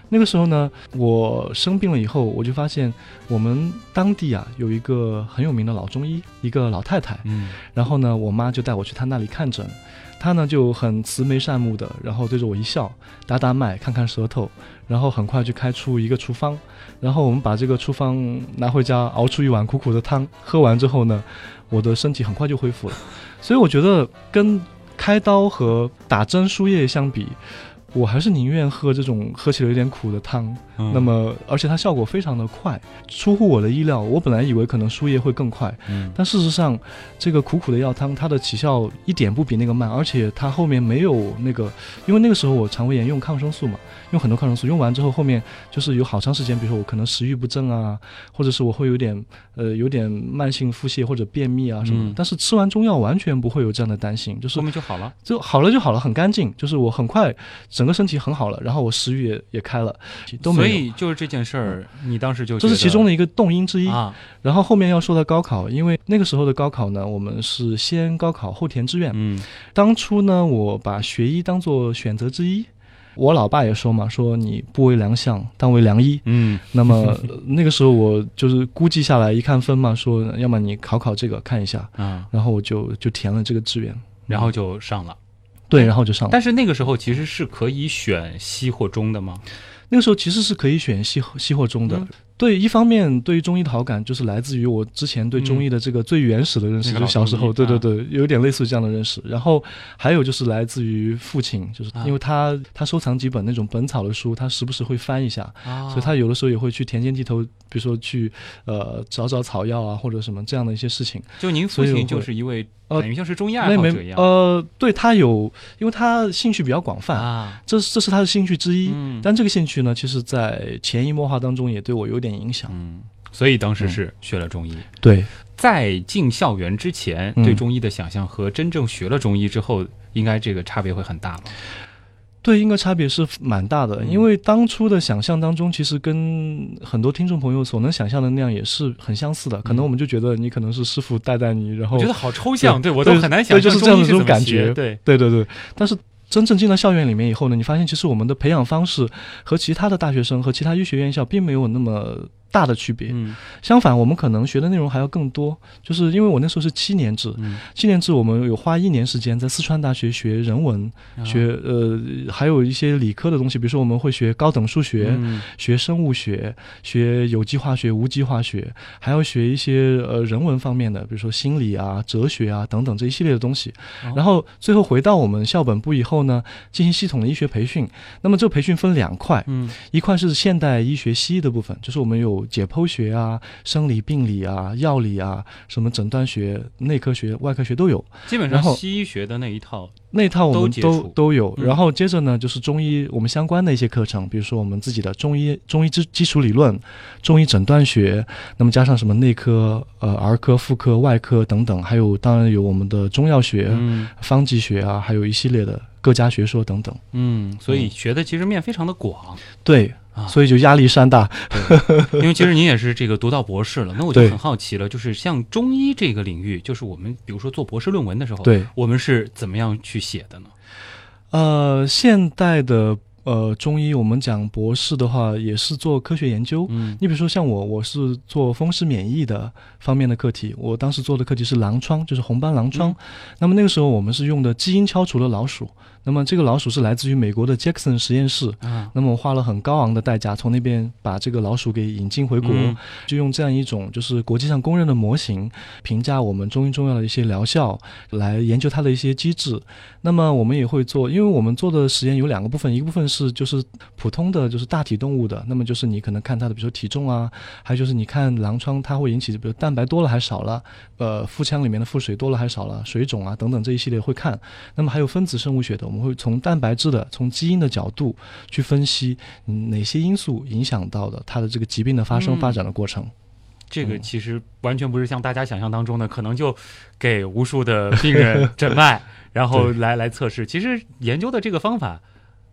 那个时候呢，我生病了以后，我就发现我们当地啊有一个很有名的老中医，一个老太太。 嗯， 然后呢，我妈就带我去她那里看诊，她呢就很慈眉善目的，然后对着我一笑，打打脉，看看舌头，然后很快就开出一个处方，然后我们把这个处方拿回家，熬出一碗苦苦的汤，喝完之后呢，我的身体很快就恢复了。所以我觉得跟开刀和打针输液相比，我还是宁愿喝这种喝起来有点苦的汤。嗯、那么而且它效果非常的快，出乎我的意料。我本来以为可能输液会更快、嗯、但事实上这个苦苦的药汤它的起效一点不比那个慢，而且它后面没有那个，因为那个时候我肠胃炎用抗生素嘛，用很多抗生素，用完之后后面就是有好长时间，比如说我可能食欲不振啊，或者是我会有点呃有点慢性腹泻或者便秘啊什么的、嗯、但是吃完中药完全不会有这样的担心，就是后面就好了， 就好了就好了，很干净，就是我很快整个身体很好了，然后我食欲 也, 也开了，都没有。 所以就是这件事儿、嗯、你当时就这是其中的一个动因之一、 啊、 然后后面要说到高考，因为那个时候的高考呢，我们是先高考后填志愿。嗯，当初呢我把学医当做选择之一，我老爸也说嘛，说你不为良相当为良医。嗯，那么那个时候我就是估计下来一看分嘛，说要么你考考这个看一下、嗯、然后我就就填了这个志愿， 然后就上了。 对，然后就上了。 但是那个时候其实是可以选西或中的吗？ 那个时候其实是可以选西西或中的、嗯、对，一方面对于中医的好感就是来自于我之前对中医的这个最原始的认识、嗯、就是小时候、那个、对对对、啊、有点类似于这样的认识，然后还有就是来自于父亲，就是因为他、啊、他收藏几本那种本草的书，他时不时会翻一下、啊、所以他有的时候也会去田间地头，比如说去呃找找草药啊或者什么这样的一些事情。 就您父亲就是一位等于像是中医爱好者一样。 呃，对，他有，因为他兴趣比较广泛啊，这这是他的兴趣之一。嗯，但这个兴趣呢，其实在潜移默化当中也对我有点影响。 嗯，所以当时是学了中医。 嗯、对， 在进校园之前、嗯，对中医的想象和真正学了中医之后，应该这个差别会很大吗？ 对，应该差别是蛮大的，因为当初的想象当中其实跟很多听众朋友所能想象的那样也是很相似的，可能我们就觉得你可能是师傅带带你，然后我觉得好抽象， 对, 对我都很难想象， 对，就是这样的这种感觉。 对对对对，但是真正进到校园里面以后呢，你发现其实我们的培养方式和其他的大学生和其他医学院校并没有那么大的区别、嗯、相反我们可能学的内容还要更多，就是因为我那时候是七年制、嗯、七年制我们有花一年时间在四川大学学人文、啊、学呃还有一些理科的东西，比如说我们会学高等数学、嗯、学生物学，学有机化学无机化学，还要学一些呃人文方面的，比如说心理啊哲学啊等等这一系列的东西、哦、然后最后回到我们校本部以后呢，进行系统的医学培训。那么这个培训分两块、嗯、一块是现代医学西医的部分，就是我们有解剖学啊、生理病理啊、药理啊，什么诊断学、内科学、外科学都有， 基本上西医学的那一套那一套我们都都有、 嗯、 然后接着呢就是中医我们相关的一些课程，比如说我们自己的中医中医基础理论、中医诊断学，那么加上什么内科、呃儿科、妇科、外科等等，还有当然有我们的中药学、嗯、方剂学啊，还有一系列的各家学说等等。 嗯，所以学的其实面非常的广。 对、啊、所以就压力山大。 因为其实您也是这个读到博士了，那我就很好奇了，就是像中医这个领域，就是我们比如说做博士论文的时候， 对， 我们是怎么样去写的呢？ 呃，现代的呃中医我们讲博士的话也是做科学研究。嗯，你比如说像我我是做风湿免疫的方面的课题，我当时做的课题是狼疮，就是红斑狼疮、嗯、那么那个时候我们是用的基因敲除了老鼠，那么这个老鼠是来自于美国的 Jackson 实验室、啊、那么我花了很高昂的代价从那边把这个老鼠给引进回国、嗯、就用这样一种就是国际上公认的模型评价我们中医中药的一些疗效，来研究它的一些机制。那么我们也会做，因为我们做的实验有两个部分，一个部分是就是普通的就是大体动物的，那么就是你可能看它的比如说体重啊，还有就是你看狼疮它会引起比如蛋白多了还少了，呃腹腔里面的腹水多了还少了，水肿啊等等这一系列会看。那么还有分子生物学的，我们会从蛋白质的从基因的角度去分析、嗯、哪些因素影响到的它的这个疾病的发生、嗯、发展的过程。 这个其实完全不是像大家想象当中的、嗯、可能就给无数的病人诊脉然后来来测试，其实研究的这个方法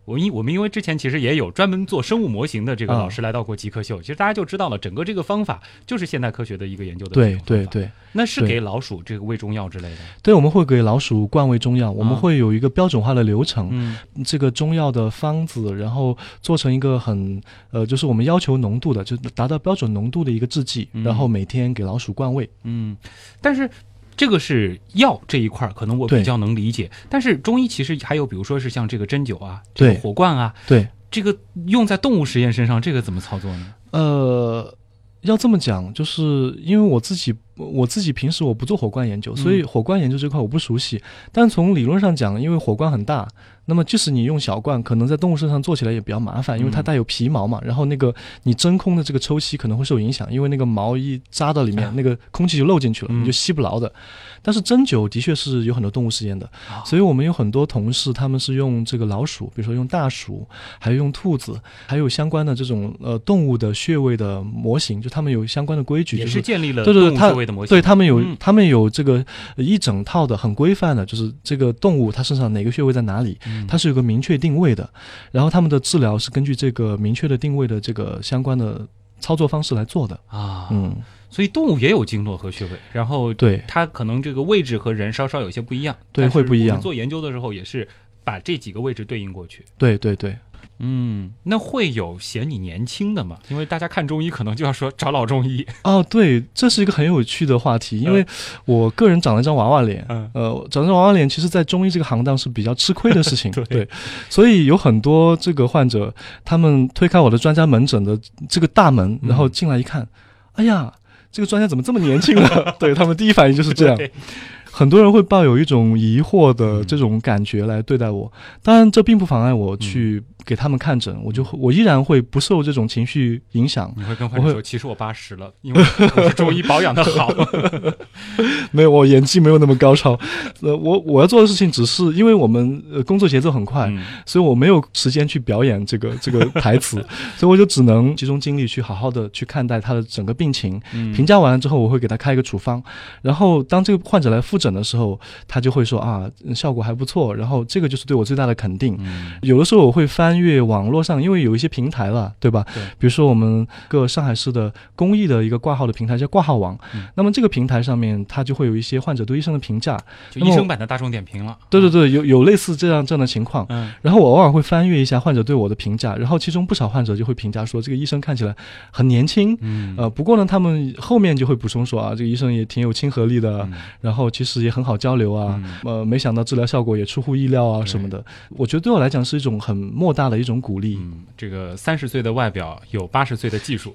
我因我们因为之前其实也有专门做生物模型的这个老师来到过极客秀，其实大家就知道了，整个这个方法就是现代科学的一个研究的对对对。 那是给老鼠这个喂中药之类的？ 对，我们会给老鼠灌喂中药，我们会有一个标准化的流程， 嗯， 这个中药的方子，然后做成一个很呃，就是我们要求浓度的，就达到标准浓度的一个制剂， 嗯、 然后每天给老鼠灌喂。 嗯，但是。这个是药这一块可能我比较能理解，但是中医其实还有比如说是像这个针灸啊，这个火罐啊， 对， 这个用在动物实验身上，这个怎么操作呢？ 呃，要这么讲，就是因为我自己我自己平时我不做火罐研究，所以火罐研究这块我不熟悉。嗯、但从理论上讲，因为火罐很大，那么即使你用小罐，可能在动物身上做起来也比较麻烦，因为它带有皮毛嘛，然后那个你真空的这个抽吸可能会受影响，因为那个毛一扎到里面，啊、那个空气就漏进去了，嗯、你就吸不牢的。但是针灸的确是有很多动物实验的，哦、所以我们有很多同事他们是用这个老鼠，比如说用大鼠，还有用兔子，还有相关的这种呃动物的穴位的模型，就他们有相关的规矩， 也是建立了动物穴位的模型。 对，他们有、嗯、他们有这个一整套的很规范的，就是这个动物它身上哪个穴位在哪里，嗯、它是有个明确定位的，然后他们的治疗是根据这个明确的定位的这个相关的操作方式来做的啊。 嗯， 所以动物也有经络和穴位，然后对它可能这个位置和人稍稍有些不一样， 对，会不一样。 做研究的时候也是把这几个位置对应过去。 对对对。 嗯，那会有嫌你年轻的吗？因为大家看中医可能就要说找老中医。 哦，对，这是一个很有趣的话题，因为我个人长了一张娃娃脸，嗯、呃，长了张娃娃脸，其实在中医这个行当是比较吃亏的事情。对, 对，所以有很多这个患者，他们推开我的专家门诊的这个大门，然后进来一看，嗯、哎呀，这个专家怎么这么年轻了？对，他们第一反应就是这样。很多人会抱有一种疑惑的这种感觉来对待我，当然这并不妨碍我去给他们看诊，我就我依然会不受这种情绪影响。 你会跟患者说，其实我八十了，因为我是中医保养的好。 没有，我演技没有那么高超。呃，我我要做的事情只是因为我们呃工作节奏很快，嗯、所以我没有时间去表演这个这个台词，所以我就只能集中精力去好好的去看待他的整个病情。嗯、评价完了之后，我会给他开一个处方，然后当这个患者来复诊的时候，他就会说啊，效果还不错，然后这个就是对我最大的肯定。嗯、有的时候我会翻阅网络上，因为有一些平台了，对吧？对，比如说我们个上海市的公益的一个挂号的平台叫挂号网，嗯、那么这个平台上面它就会有一些患者对医生的评价， 就医生版的大众点评了。 对对对，有有类似这样这样的情况。嗯、然后我偶尔会翻阅一下患者对我的评价，然后其中不少患者就会评价说这个医生看起来很年轻，嗯、呃，不过呢，他们后面就会补充说啊，这个医生也挺有亲和力的，嗯、然后其实也很好交流啊，嗯、呃，没想到治疗效果也出乎意料啊什么的。我觉得对我来讲是一种很莫大的一种鼓励。 嗯，这个三十岁的外表有八十岁的技术。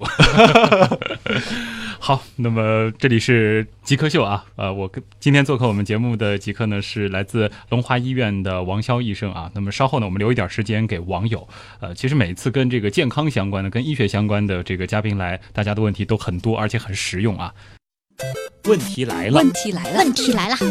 好，那么这里是极客秀啊，呃，我今天做客我们节目的极客呢是来自龙华医院的王潇医生啊。那么稍后呢，我们留一点时间给网友。呃，其实每次跟这个健康相关的、跟医学相关的这个嘉宾来，大家的问题都很多，而且很实用啊。问题来了， 问题来了，问题来了。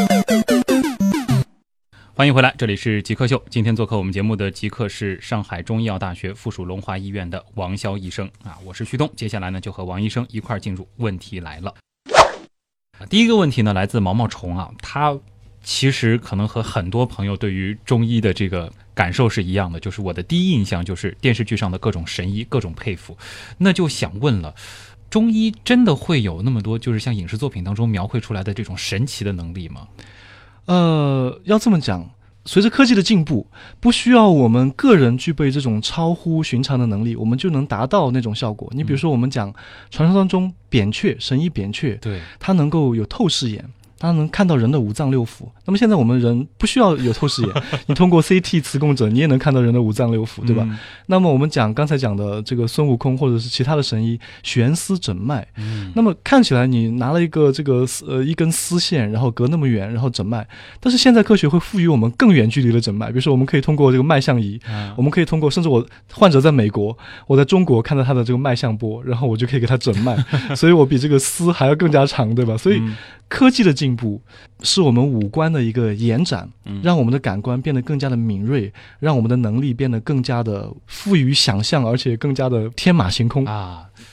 欢迎回来，这里是极客秀。今天做客我们节目的极客是上海中医药大学附属龙华医院的王潇医生啊，我是旭东。接下来呢，就和王医生一块进入问题来了。第一个问题呢，来自毛毛虫啊，他其实可能和很多朋友对于中医的这个感受是一样的，就是我的第一印象就是电视剧上的各种神医、各种佩服。那就想问了，中医真的会有那么多就是像影视作品当中描绘出来的这种神奇的能力吗？ 呃，要这么讲，随着科技的进步，不需要我们个人具备这种超乎寻常的能力，我们就能达到那种效果。你比如说，我们讲传说当中扁鹊，神医扁鹊，对，他能够有透视眼，他能看到人的五脏六腑。那么现在我们人不需要有透视眼，你通过 C T 磁共振，你也能看到人的五脏六腑，对吧？嗯、那么我们讲刚才讲的这个孙悟空，或者是其他的神医，悬丝诊脉。嗯、那么看起来你拿了一个这个呃一根丝线，然后隔那么远，然后诊脉。但是现在科学会赋予我们更远距离的诊脉，比如说我们可以通过这个脉象仪，嗯、我们可以通过，甚至我患者在美国，我在中国看到他的这个脉象波，然后我就可以给他诊脉，所以我比这个丝还要更加长，对吧？所以。嗯科技的进步是我们五官的一个延展，让我们的感官变得更加的敏锐，让我们的能力变得更加的富于想象，而且更加的天马行空啊。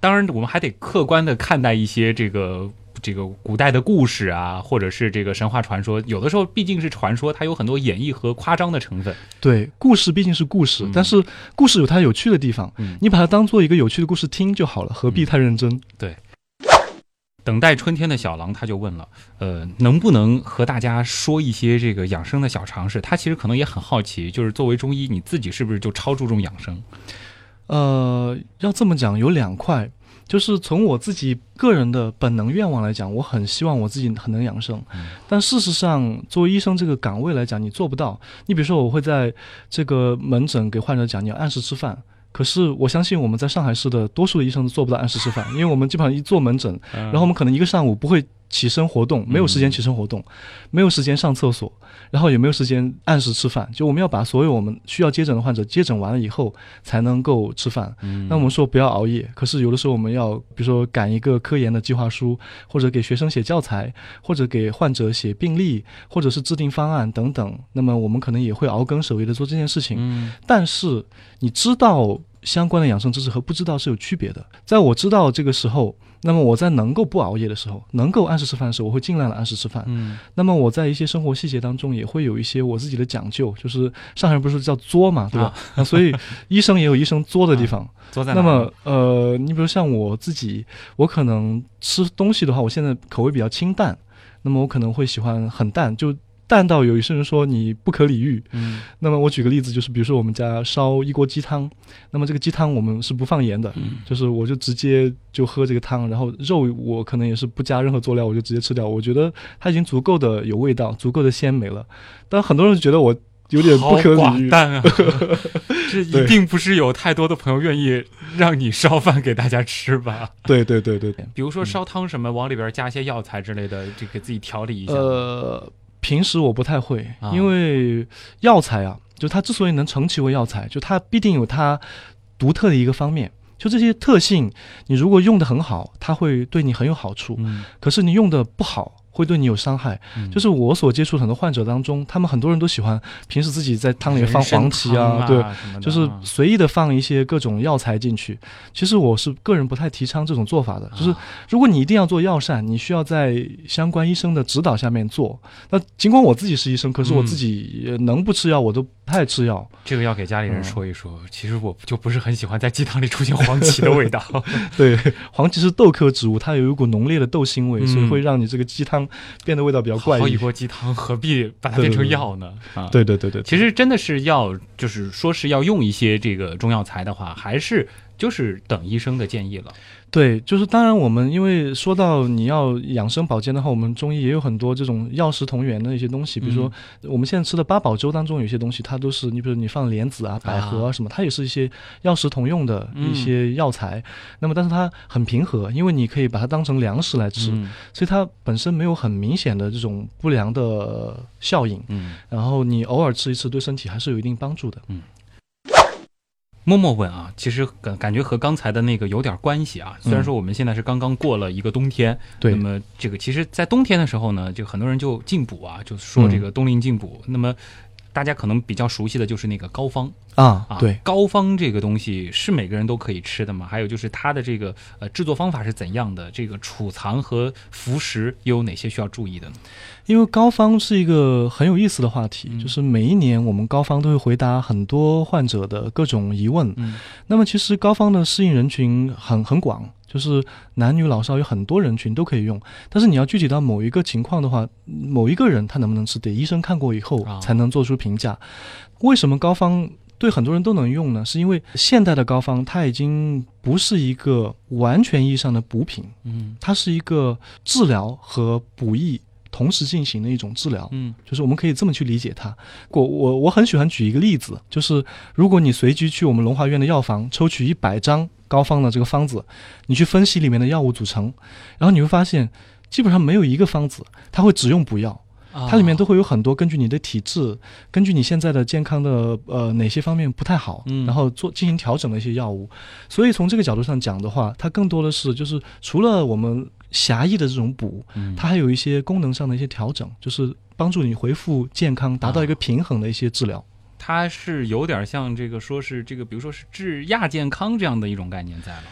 当然我们还得客观的看待一些这个这个古代的故事啊，或者是这个神话传说，有的时候毕竟是传说，它有很多演绎和夸张的成分。 对，故事毕竟是故事， 嗯、 但是故事有它有趣的地方， 嗯、 你把它当做一个有趣的故事听就好了，何必太认真？嗯、 对。等待春天的小狼他就问了，呃，能不能和大家说一些这个养生的小常识？他其实可能也很好奇，就是作为中医，你自己是不是就超注重养生？ 呃，要这么讲，有两块，就是从我自己个人的本能愿望来讲，我很希望我自己很能养生，嗯、但事实上，作为医生这个岗位来讲，你做不到。你比如说，我会在这个门诊给患者讲，你要按时吃饭。可是我相信我们在上海市的多数的医生都做不到按时吃饭，因为我们基本上一做门诊，然后我们可能一个上午不会起身活动，没有时间起身活动，没有时间上厕所，然后也没有时间按时吃饭，就我们要把所有我们需要接诊的患者接诊完了以后才能够吃饭。嗯、那我们说不要熬夜，可是有的时候我们要比如说赶一个科研的计划书，或者给学生写教材，或者给患者写病历，或者是制定方案等等，那么我们可能也会熬更守夜的做这件事情。嗯、但是你知道相关的养生知识和不知道是有区别的。在我知道这个时候，那么我在能够不熬夜的时候，能够按时吃饭的时候，我会尽量的按时吃饭。嗯，那么我在一些生活细节当中也会有一些我自己的讲究，就是上海人不是叫作嘛，对吧？啊、所以医生也有医生作的地方。啊、 作在哪？ 那么呃，你比如像我自己，我可能吃东西的话，我现在口味比较清淡，那么我可能会喜欢很淡，就淡到有一些人说你不可理喻。嗯，那么我举个例子，就是比如说我们家烧一锅鸡汤，那么这个鸡汤我们是不放盐的，嗯、就是我就直接就喝这个汤，然后肉我可能也是不加任何佐料，我就直接吃掉。我觉得它已经足够的有味道，足够的鲜美了。但很多人觉得我有点不可理喻， 好寡淡啊！这一定不是有太多的朋友愿意让你烧饭给大家吃吧？ 对对对对， 比如说烧汤什么，往里边加一些药材之类的，就给自己调理一下。 呃。平时我不太会，因为药材啊，就它之所以能成其为药材，就它必定有它独特的一个方面。就这些特性，你如果用得很好，它会对你很有好处。嗯、可是你用得不好，会对你有伤害。嗯、就是我所接触很多患者当中，他们很多人都喜欢平时自己在汤里面放黄芪啊， 啊对，就是随意的放一些各种药材进去。其实我是个人不太提倡这种做法的。就是如果你一定要做药膳，你需要在相关医生的指导下面做。那尽管我自己是医生，可是我自己能不吃药我都不太吃药。 嗯、这个要给家里人说一说。嗯、其实我就不是很喜欢在鸡汤里出现黄芪的味道。 对，黄芪是豆科植物，它有一股浓烈的豆腥味，嗯、所以会让你这个鸡汤变得味道比较怪异。 好一锅鸡汤何必把它变成药呢？ 对对对 对, 对, 对, 对, 对， 其实真的是要，就是说是要用一些这个中药材的话，还是就是等医生的建议了。 对，就是当然我们因为说到你要养生保健的话，我们中医也有很多这种药食同源的一些东西，比如说我们现在吃的八宝粥当中有些东西，它都是你比如你放莲子啊、百合啊什么，它也是一些药食同用的一些药材。嗯、那么但是它很平和，因为你可以把它当成粮食来吃，嗯、所以它本身没有很明显的这种不良的效应。嗯，然后你偶尔吃一次对身体还是有一定帮助的。嗯。 默默问啊，其实感感觉和刚才的那个有点关系啊。虽然说我们现在是刚刚过了一个冬天， 对、 嗯，那么这个其实，在冬天的时候呢，就很多人就进补啊，就说这个冬令进补。嗯、那么大家可能比较熟悉的就是那个膏方啊，啊对， 膏方这个东西是每个人都可以吃的吗？还有就是它的这个呃制作方法是怎样的？这个储藏和服食又有哪些需要注意的呢？ 因为膏方是一个很有意思的话题，嗯、就是每一年我们膏方都会回答很多患者的各种疑问。嗯、那么其实膏方的适应人群很很广，就是男女老少有很多人群都可以用。但是你要具体到某一个情况的话，某一个人他能不能吃，得医生看过以后才能做出评价。哦、为什么膏方对很多人都能用呢？是因为现代的膏方它已经不是一个完全意义上的补品，嗯，它是一个治疗和补益同时进行的一种治疗。嗯，就是我们可以这么去理解它。我我我很喜欢举一个例子，就是如果你随机去我们龙华院的药房抽取一百张膏方的这个方子，你去分析里面的药物组成，然后你会发现基本上没有一个方子它会只用补药。它里面都会有很多根据你的体质，根据你现在的健康的呃哪些方面不太好，嗯、然后做进行调整的一些药物。所以从这个角度上讲的话，它更多的是就是除了我们狭义的这种补，嗯、它还有一些功能上的一些调整，就是帮助你恢复健康，达到一个平衡的一些治疗。 啊、它是有点像这个说是这个，比如说是治亚健康这样的一种概念在了。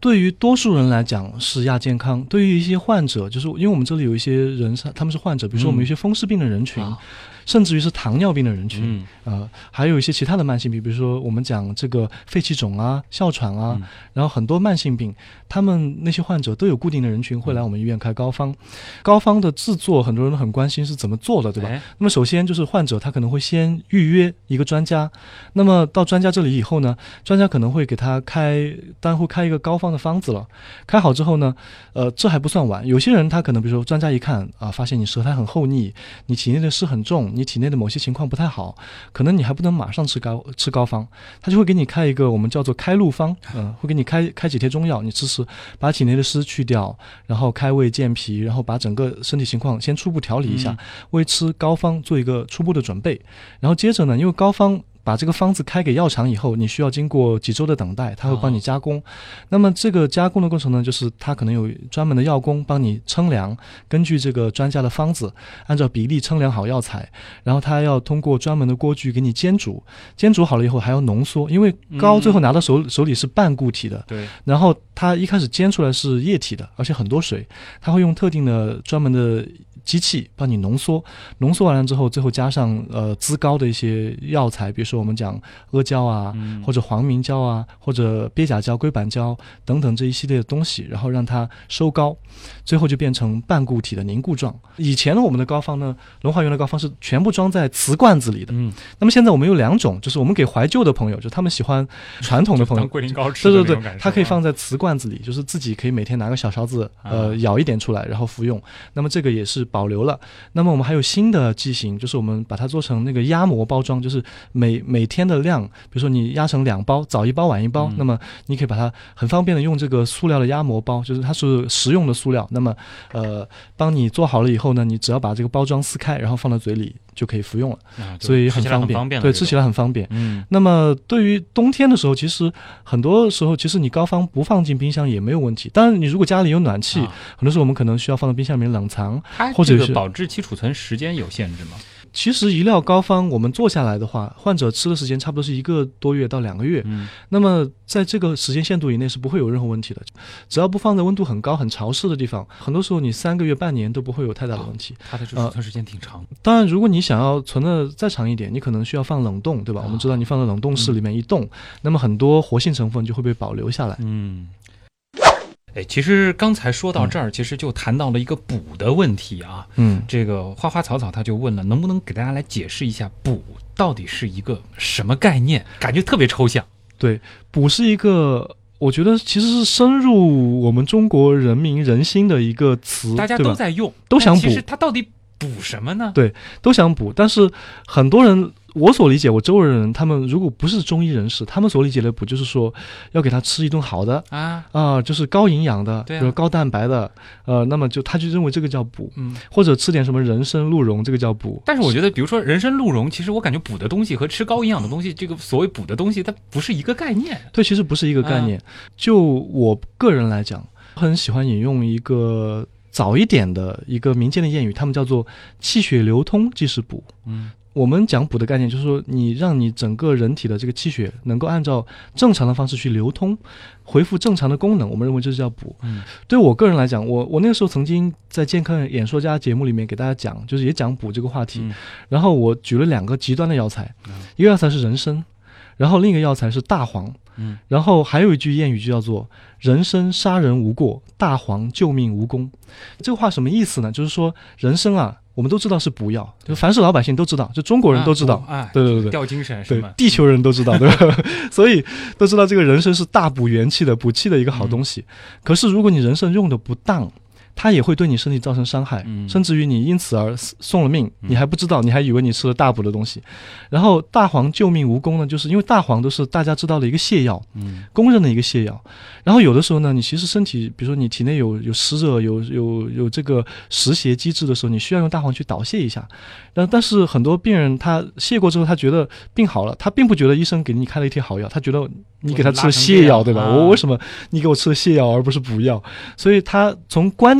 对于多数人来讲是亚健康，对于一些患者，就是因为我们这里有一些人他们是患者，比如说我们有一些风湿病的人群、嗯、甚至于是糖尿病的人群、嗯呃、还有一些其他的慢性病，比如说我们讲这个肺气肿啊、哮喘啊、嗯、然后很多慢性病，他们那些患者都有固定的人群会来我们医院开膏方。膏方的制作很多人都很关心是怎么做的，对吧？那么首先就是患者他可能会先预约一个专家，那么到专家这里以后呢，专家可能会给他开，当然会开一个膏方的方子了。开好之后呢，呃，这还不算完。有些人他可能比如说专家一看啊，发现你舌苔很厚腻，你体内的湿很重，你体内的某些情况不太好，可能你还不能马上吃膏吃膏方，他就会给你开一个我们叫做开路方，嗯、呃，会给你开开几贴中药，你吃吃，把体内的湿去掉，然后开胃健脾，然后把整个身体情况先初步调理一下，嗯、为吃膏方做一个初步的准备。然后接着呢，因为膏方把这个方子开给药厂以后，你需要经过几周的等待，他会帮你加工、哦、那么这个加工的过程呢，就是他可能有专门的药工帮你称量，根据这个专家的方子按照比例称量好药材，然后他要通过专门的锅具给你煎煮，煎煮好了以后还要浓缩，因为膏最后拿到手、嗯、手里是半固体的，对，然后他一开始煎出来是液体的，而且很多水，他会用特定的专门的机器帮你浓缩，浓缩完了之后，最后加上呃滋膏的一些药材，比如说我们讲阿胶啊、嗯，或者黄明胶啊，或者鳖甲胶、硅板胶等等这一系列的东西，然后让它收膏，最后就变成半固体的凝固状。以前呢，我们的膏方呢，龙华园的膏方是全部装在瓷罐子里的。嗯，那么现在我们有两种，就是我们给怀旧的朋友，就他们喜欢传统的朋友， 当龟苓膏吃的那种感受， 对对对，它可以放在瓷罐子里，就是自己可以每天拿个小勺子，呃，舀一点出来，然后服用。那么这个也是保留了。那么我们还有新的剂型，就是我们把它做成那个压模包装，就是每每天的量，比如说你压成两包，早一包晚一包、嗯、那么你可以把它很方便的用这个塑料的压模包，就是它是实用的塑料，那么呃帮你做好了以后呢，你只要把这个包装撕开，然后放到嘴里就可以服用了、啊、所以很方便， 方便对，吃起来很方便。嗯，那么对于冬天的时候，其实很多时候其实你膏方不放进冰箱也没有问题，当然你如果家里有暖气、啊、很多时候我们可能需要放到冰箱里面冷藏，或者是保质期储存时间有限制吗？ 其实一料膏方我们做下来的话，患者吃的时间差不多是一个多月到两个月、嗯、那么在这个时间限度以内是不会有任何问题的，只要不放在温度很高很潮湿的地方，很多时候你三个月半年都不会有太大的问题、 哦、它的储存时间挺长、呃、 当然如果你想要存的再长一点，你可能需要放冷冻，对吧、哦、我们知道你放在冷冻室里面一冻、嗯、那么很多活性成分就会被保留下来。 嗯，哎，其实刚才说到这儿、嗯，其实就谈到了一个补的问题啊。嗯，这个花花草草他就问了，能不能给大家来解释一下补到底是一个什么概念？感觉特别抽象。 对，补是一个，我觉得其实是深入我们中国人民人心的一个词， 大家都在用， 都想补。 其实它到底补什么呢？ 对，都想补，但是很多人。我所理解，我周围的人，他们如果不是中医人士，他们所理解的补就是说，要给他吃一顿好的啊啊、呃，就是高营养的，比如、啊、高蛋白的，呃，那么就他就认为这个叫补，嗯，或者吃点什么人参鹿茸，这个叫补。 但是我觉得，比如说人参鹿茸，其实我感觉补的东西和吃高营养的东西，这个所谓补的东西，它不是一个概念。 对，其实不是一个概念。啊、就我个人来讲，很喜欢引用一个早一点的一个民间的谚语，他们叫做气血流通即是补。嗯。我们讲补的概念就是说，你让你整个人体的这个气血能够按照正常的方式去流通，恢复正常的功能，我们认为这叫补。嗯，对我个人来讲，我我那个时候曾经在健康演说家节目里面给大家讲，就是也讲补这个话题、嗯、然后我举了两个极端的药材、嗯、一个药材是人参，然后另一个药材是大黄。嗯，然后还有一句谚语就叫做人参杀人无过，大黄救命无功。这个话什么意思呢？就是说人参啊，我们都知道是补药，就凡是老百姓都知道，就中国人都知道，啊啊、对对对对， 吊精神是吗？ 对，地球人都知道，对吧？所以都知道这个人参是大补元气的、补气的一个好东西。嗯、可是如果你人参用的不当，它也会对你身体造成伤害、嗯、甚至于你因此而送了命、嗯、你还不知道，你还以为你吃了大补的东西。然后大黄救命无功呢，就是因为大黄都是大家知道的一个泻药、嗯、公认的一个泻药。然后有的时候呢，你其实身体比如说你体内有有湿热，有有有这个湿邪机制的时候，你需要用大黄去导泻一下。但但是很多病人他泻过之后，他觉得病好了，他并不觉得医生给你开了一贴好药，他觉得你给他吃了泻药，对吧？我为什么你给我吃了泻药而不是补药？所以他从观念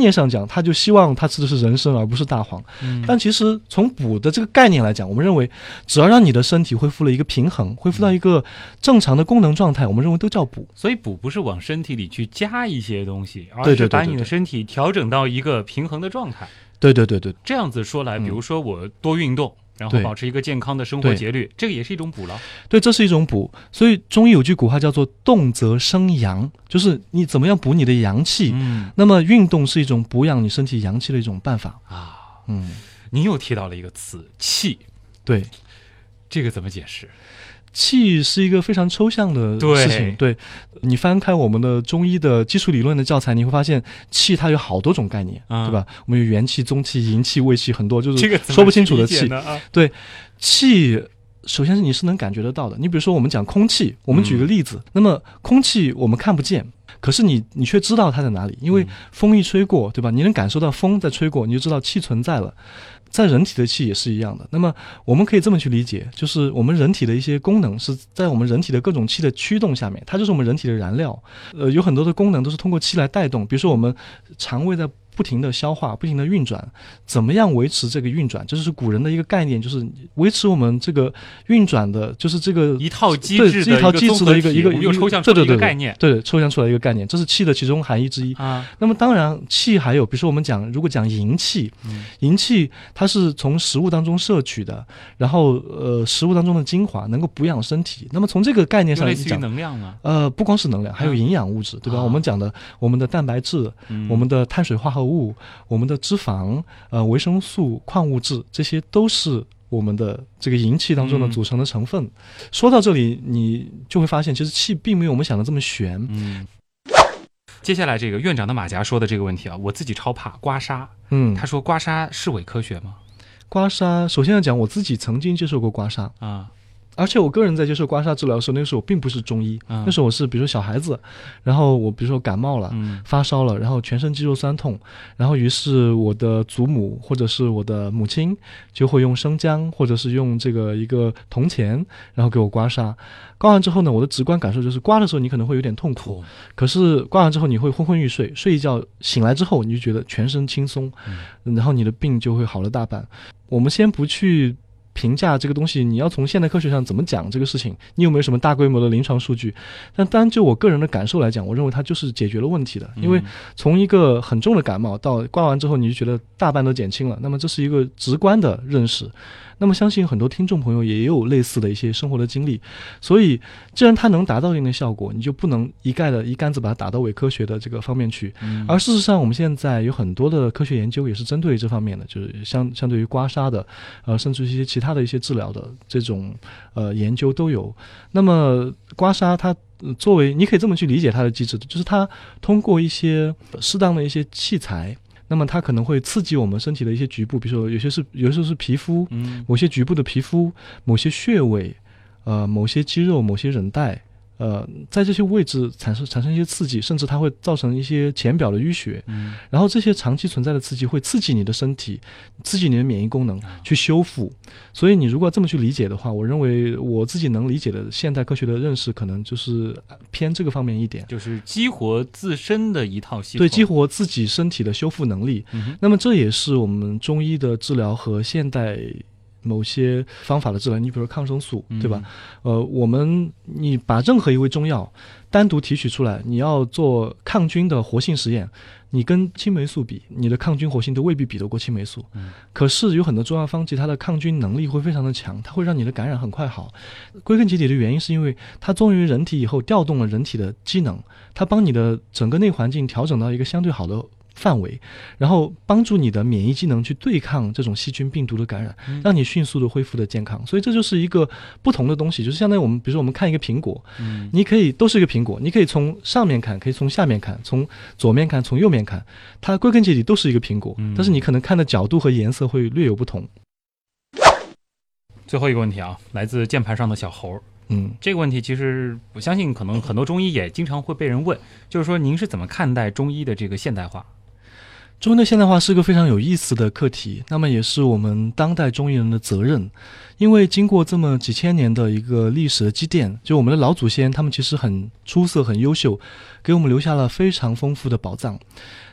念上讲，他就希望他吃的是人参而不是大黄。 嗯， 但其实从补的这个概念来讲，我们认为只要让你的身体恢复了一个平衡，恢复到一个正常的功能状态，我们认为都叫补。 所以补不是往身体里去加一些东西，而对对对对对是把你的身体调整到一个平衡的状态。 对对对对， 这样子说来， 嗯比如说我多运动，然后对保持一个健康的生活节律，这个也是一种补了。 对，这是一种补。所以中医有句古话叫做动则生阳，就是你怎么样补你的阳气。 嗯那么运动是一种补养你身体阳气的一种办法。 啊， 嗯， 您又提到了一个词气， 对， 这个怎么解释？ 气是一个非常抽象的事情。对，你翻开我们的中医的基础理论的教材，你会发现气它有好多种概念， 啊对吧？我们有元气、中气、营气、胃气，很多就是这个怎么说不清楚的气。 理解呢啊， 对，气首先是你是能感觉得到的。你比如说我们讲空气，我们举个例子， 嗯、 那么空气我们看不见，可是你你却知道它在哪里，因为风一吹过，对吧？你能感受到风在吹过，你就知道气存在了。在人体的气也是一样的。那么我们可以这么去理解，就是我们人体的一些功能是在我们人体的各种气的驱动下面，它就是我们人体的燃料。呃，有很多的功能都是通过气来带动，比如说我们肠胃在不停的消化，不停的运转，怎么样维持这个运转？这就是古人的一个概念，就是维持我们这个运转的，就是这个一套机制的一套机制的一个一个又抽象出了一个概念， 对对对，抽象出来一个概念，这是气的其中含义之一啊。 那么当然，气还有，比如说我们讲，如果讲营气， 嗯、 营气它是从食物当中摄取的，然后呃，食物当中的精华能够补养身体。那么从这个概念上来讲， 类似于能量吗？ 呃，不光是能量，还有营养物质，啊、对吧？我们讲的我们的蛋白质， 嗯、 我们的碳水化合物，我们的脂肪、呃维生素、矿物质，这些都是我们的这个营气当中的组成的成分。嗯、说到这里，你就会发现，其实气并没有我们想的这么玄。 嗯。接下来这个院长的马甲说的这个问题啊，我自己超怕刮痧。 嗯， 他说刮痧是伪科学吗？ 刮痧，首先要讲，我自己曾经接受过刮痧啊。 而且我个人在接受刮痧治疗的时候，那个时候我并不是中医， 嗯、 那时候我是比如说小孩子，然后我比如说感冒了、 嗯、 发烧了，然后全身肌肉酸痛，然后于是我的祖母或者是我的母亲就会用生姜或者是用这个一个铜钱，然后给我刮痧。刮完之后呢，我的直观感受就是刮的时候你可能会有点痛苦，可是刮完之后你会昏昏欲睡，睡一觉醒来之后你就觉得全身轻松， 嗯、 然后你的病就会好了大半。我们先不去评价这个东西，你要从现代科学上怎么讲这个事情，你有没有什么大规模的临床数据？但单就我个人的感受来讲，我认为它就是解决了问题的。因为从一个很重的感冒到刮完之后你就觉得大半都减轻了，那么这是一个直观的认识。那么相信很多听众朋友也有类似的一些生活的经历，所以既然它能达到一定的效果，你就不能一概的一竿子把它打到伪科学的这个方面去。 嗯、 而事实上我们现在有很多的科学研究也是针对这方面的，就是相相对于刮痧的呃甚至一些其他的一些治疗的这种呃研究都有。那么刮痧它作为，你可以这么去理解它的机制，就是它通过一些适当的一些器材，那么它可能会刺激我们身体的一些局部，比如说有些是有的时候是皮肤， 嗯、 某些局部的皮肤，某些穴位，呃，某些肌肉，某些韧带，呃，在这些位置产生产生一些刺激，甚至它会造成一些浅表的淤血， 嗯、 然后这些长期存在的刺激会刺激你的身体，刺激你的免疫功能去修复。所以你如果这么去理解的话，我认为我自己能理解的现代科学的认识可能就是偏这个方面一点， 就是激活自身的一套系统， 对，激活自己身体的修复能力。 嗯、 那么这也是我们中医的治疗和现代某些方法的治疗，你比如说抗生素，对吧？嗯、呃，我们你把任何一味中药单独提取出来，你要做抗菌的活性实验，你跟青霉素比，你的抗菌活性都未必比得过青霉素。 嗯、 可是有很多中药方剂，它的抗菌能力会非常的强，它会让你的感染很快好。归根结底的原因是因为它作用于人体以后，调动了人体的机能，它帮你的整个内环境调整到一个相对好的范围，然后帮助你的免疫机能去对抗这种细菌病毒的感染， 嗯、 让你迅速的恢复的健康。所以这就是一个不同的东西，就是相当于我们比如说我们看一个苹果， 嗯、 你可以都是一个苹果，你可以从上面看，可以从下面看，从左面看，从右面看，它归根结底都是一个苹果， 嗯、 但是你可能看的角度和颜色会略有不同。 最后一个问题啊，来自键盘上的小猴。 嗯， 这个问题其实我相信可能很多中医也经常会被人问，就是说您是怎么看待中医的这个现代化？ 中医的现代化是个非常有意思的课题，那么也是我们当代中医人的责任。因为经过这么几千年的一个历史的积淀，就我们的老祖先他们其实很出色很优秀，给我们留下了非常丰富的宝藏。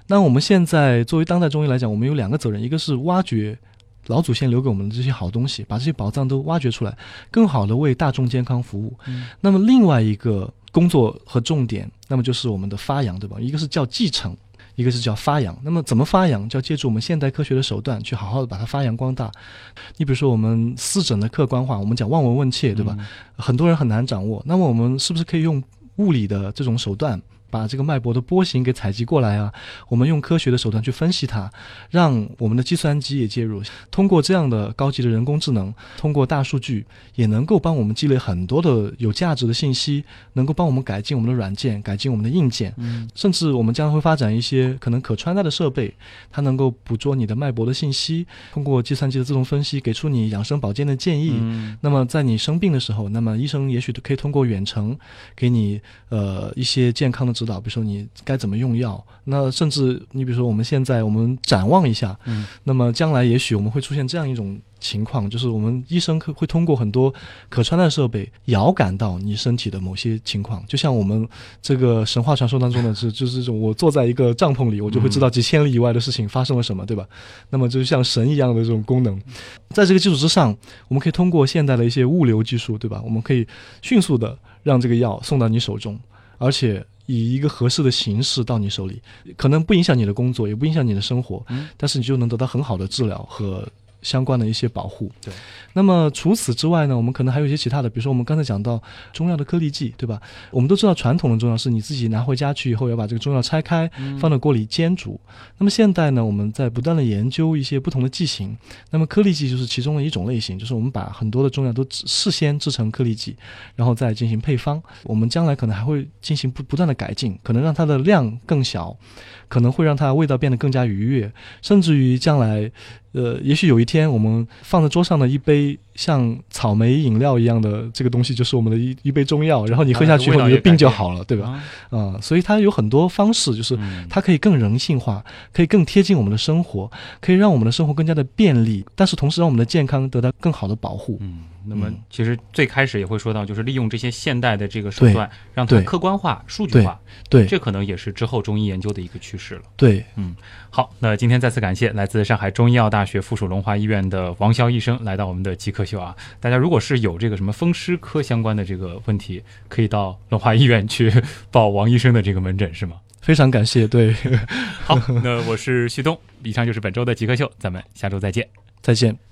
那我们现在作为当代中医来讲，我们有两个责任，一个是挖掘老祖先留给我们的这些好东西，把这些宝藏都挖掘出来，更好的为大众健康服务。嗯、那么另外一个工作和重点，那么就是我们的发扬，对吧？一个是叫继承，一个是叫发扬。那么怎么发扬，就要借助我们现代科学的手段去好好的把它发扬光大。你比如说我们四诊的客观化，我们讲望闻问切，对吧？嗯、很多人很难掌握，那么我们是不是可以用物理的这种手段，把这个脉搏的波形给采集过来啊？我们用科学的手段去分析它，让我们的计算机也介入，通过这样的高级的人工智能，通过大数据，也能够帮我们积累很多的有价值的信息，能够帮我们改进我们的软件，改进我们的硬件。嗯、甚至我们将会发展一些可能可穿戴的设备，它能够捕捉你的脉搏的信息，通过计算机的自动分析，给出你养生保健的建议。嗯、那么在你生病的时候，那么医生也许可以通过远程给你呃一些健康的指导，比如说你该怎么用药。那甚至你比如说我们现在我们展望一下，嗯、那么将来也许我们会出现这样一种情况，就是我们医生会通过很多可穿戴设备遥感到你身体的某些情况，就像我们这个神话传说当中的是就是这种我坐在一个帐篷里，我就会知道几千里以外的事情发生了什么，对吧？那么就像神一样的这种功能。在这个基础之上，我们可以通过现代的一些物流技术，对吧？我们可以迅速的让这个药送到你手中，而且以一个合适的形式到你手里，可能不影响你的工作，也不影响你的生活，嗯、但是你就能得到很好的治疗和相关的一些保护。对，那么除此之外呢，我们可能还有一些其他的，比如说我们刚才讲到中药的颗粒剂，对吧？我们都知道传统的中药是你自己拿回家去以后要把这个中药拆开，嗯、放到锅里煎煮。那么现在呢，我们在不断的研究一些不同的剂型，那么颗粒剂就是其中的一种类型，就是我们把很多的中药都事先制成颗粒剂，然后再进行配方。我们将来可能还会进行不不断的改进，可能让它的量更小，可能会让它味道变得更加愉悦，甚至于将来呃，也许有一天我们放在桌上的一杯像草莓饮料一样的这个东西，就是我们的一一杯中药，然后你喝下去以后，你的病就好了，对吧？啊、呃，所以它有很多方式，就是它可以更人性化，可以更贴近我们的生活，可以让我们的生活更加的便利，但是同时让我们的健康得到更好的保护。 嗯，那么其实最开始也会说到，就是利用这些现代的这个手段，让它客观化、数据化。 对， 这可能也是之后中医研究的一个趋势了。 对， 嗯，好，那今天再次感谢来自上海中医药大学附属龙华医院的王潇医生来到我们的极客秀啊！大家如果是有这个什么风湿科相关的这个问题，可以到龙华医院去报王医生的这个门诊，是吗？ 非常感谢。对， 好，那我是旭东，以上就是本周的极客秀，咱们下周再见。 再见。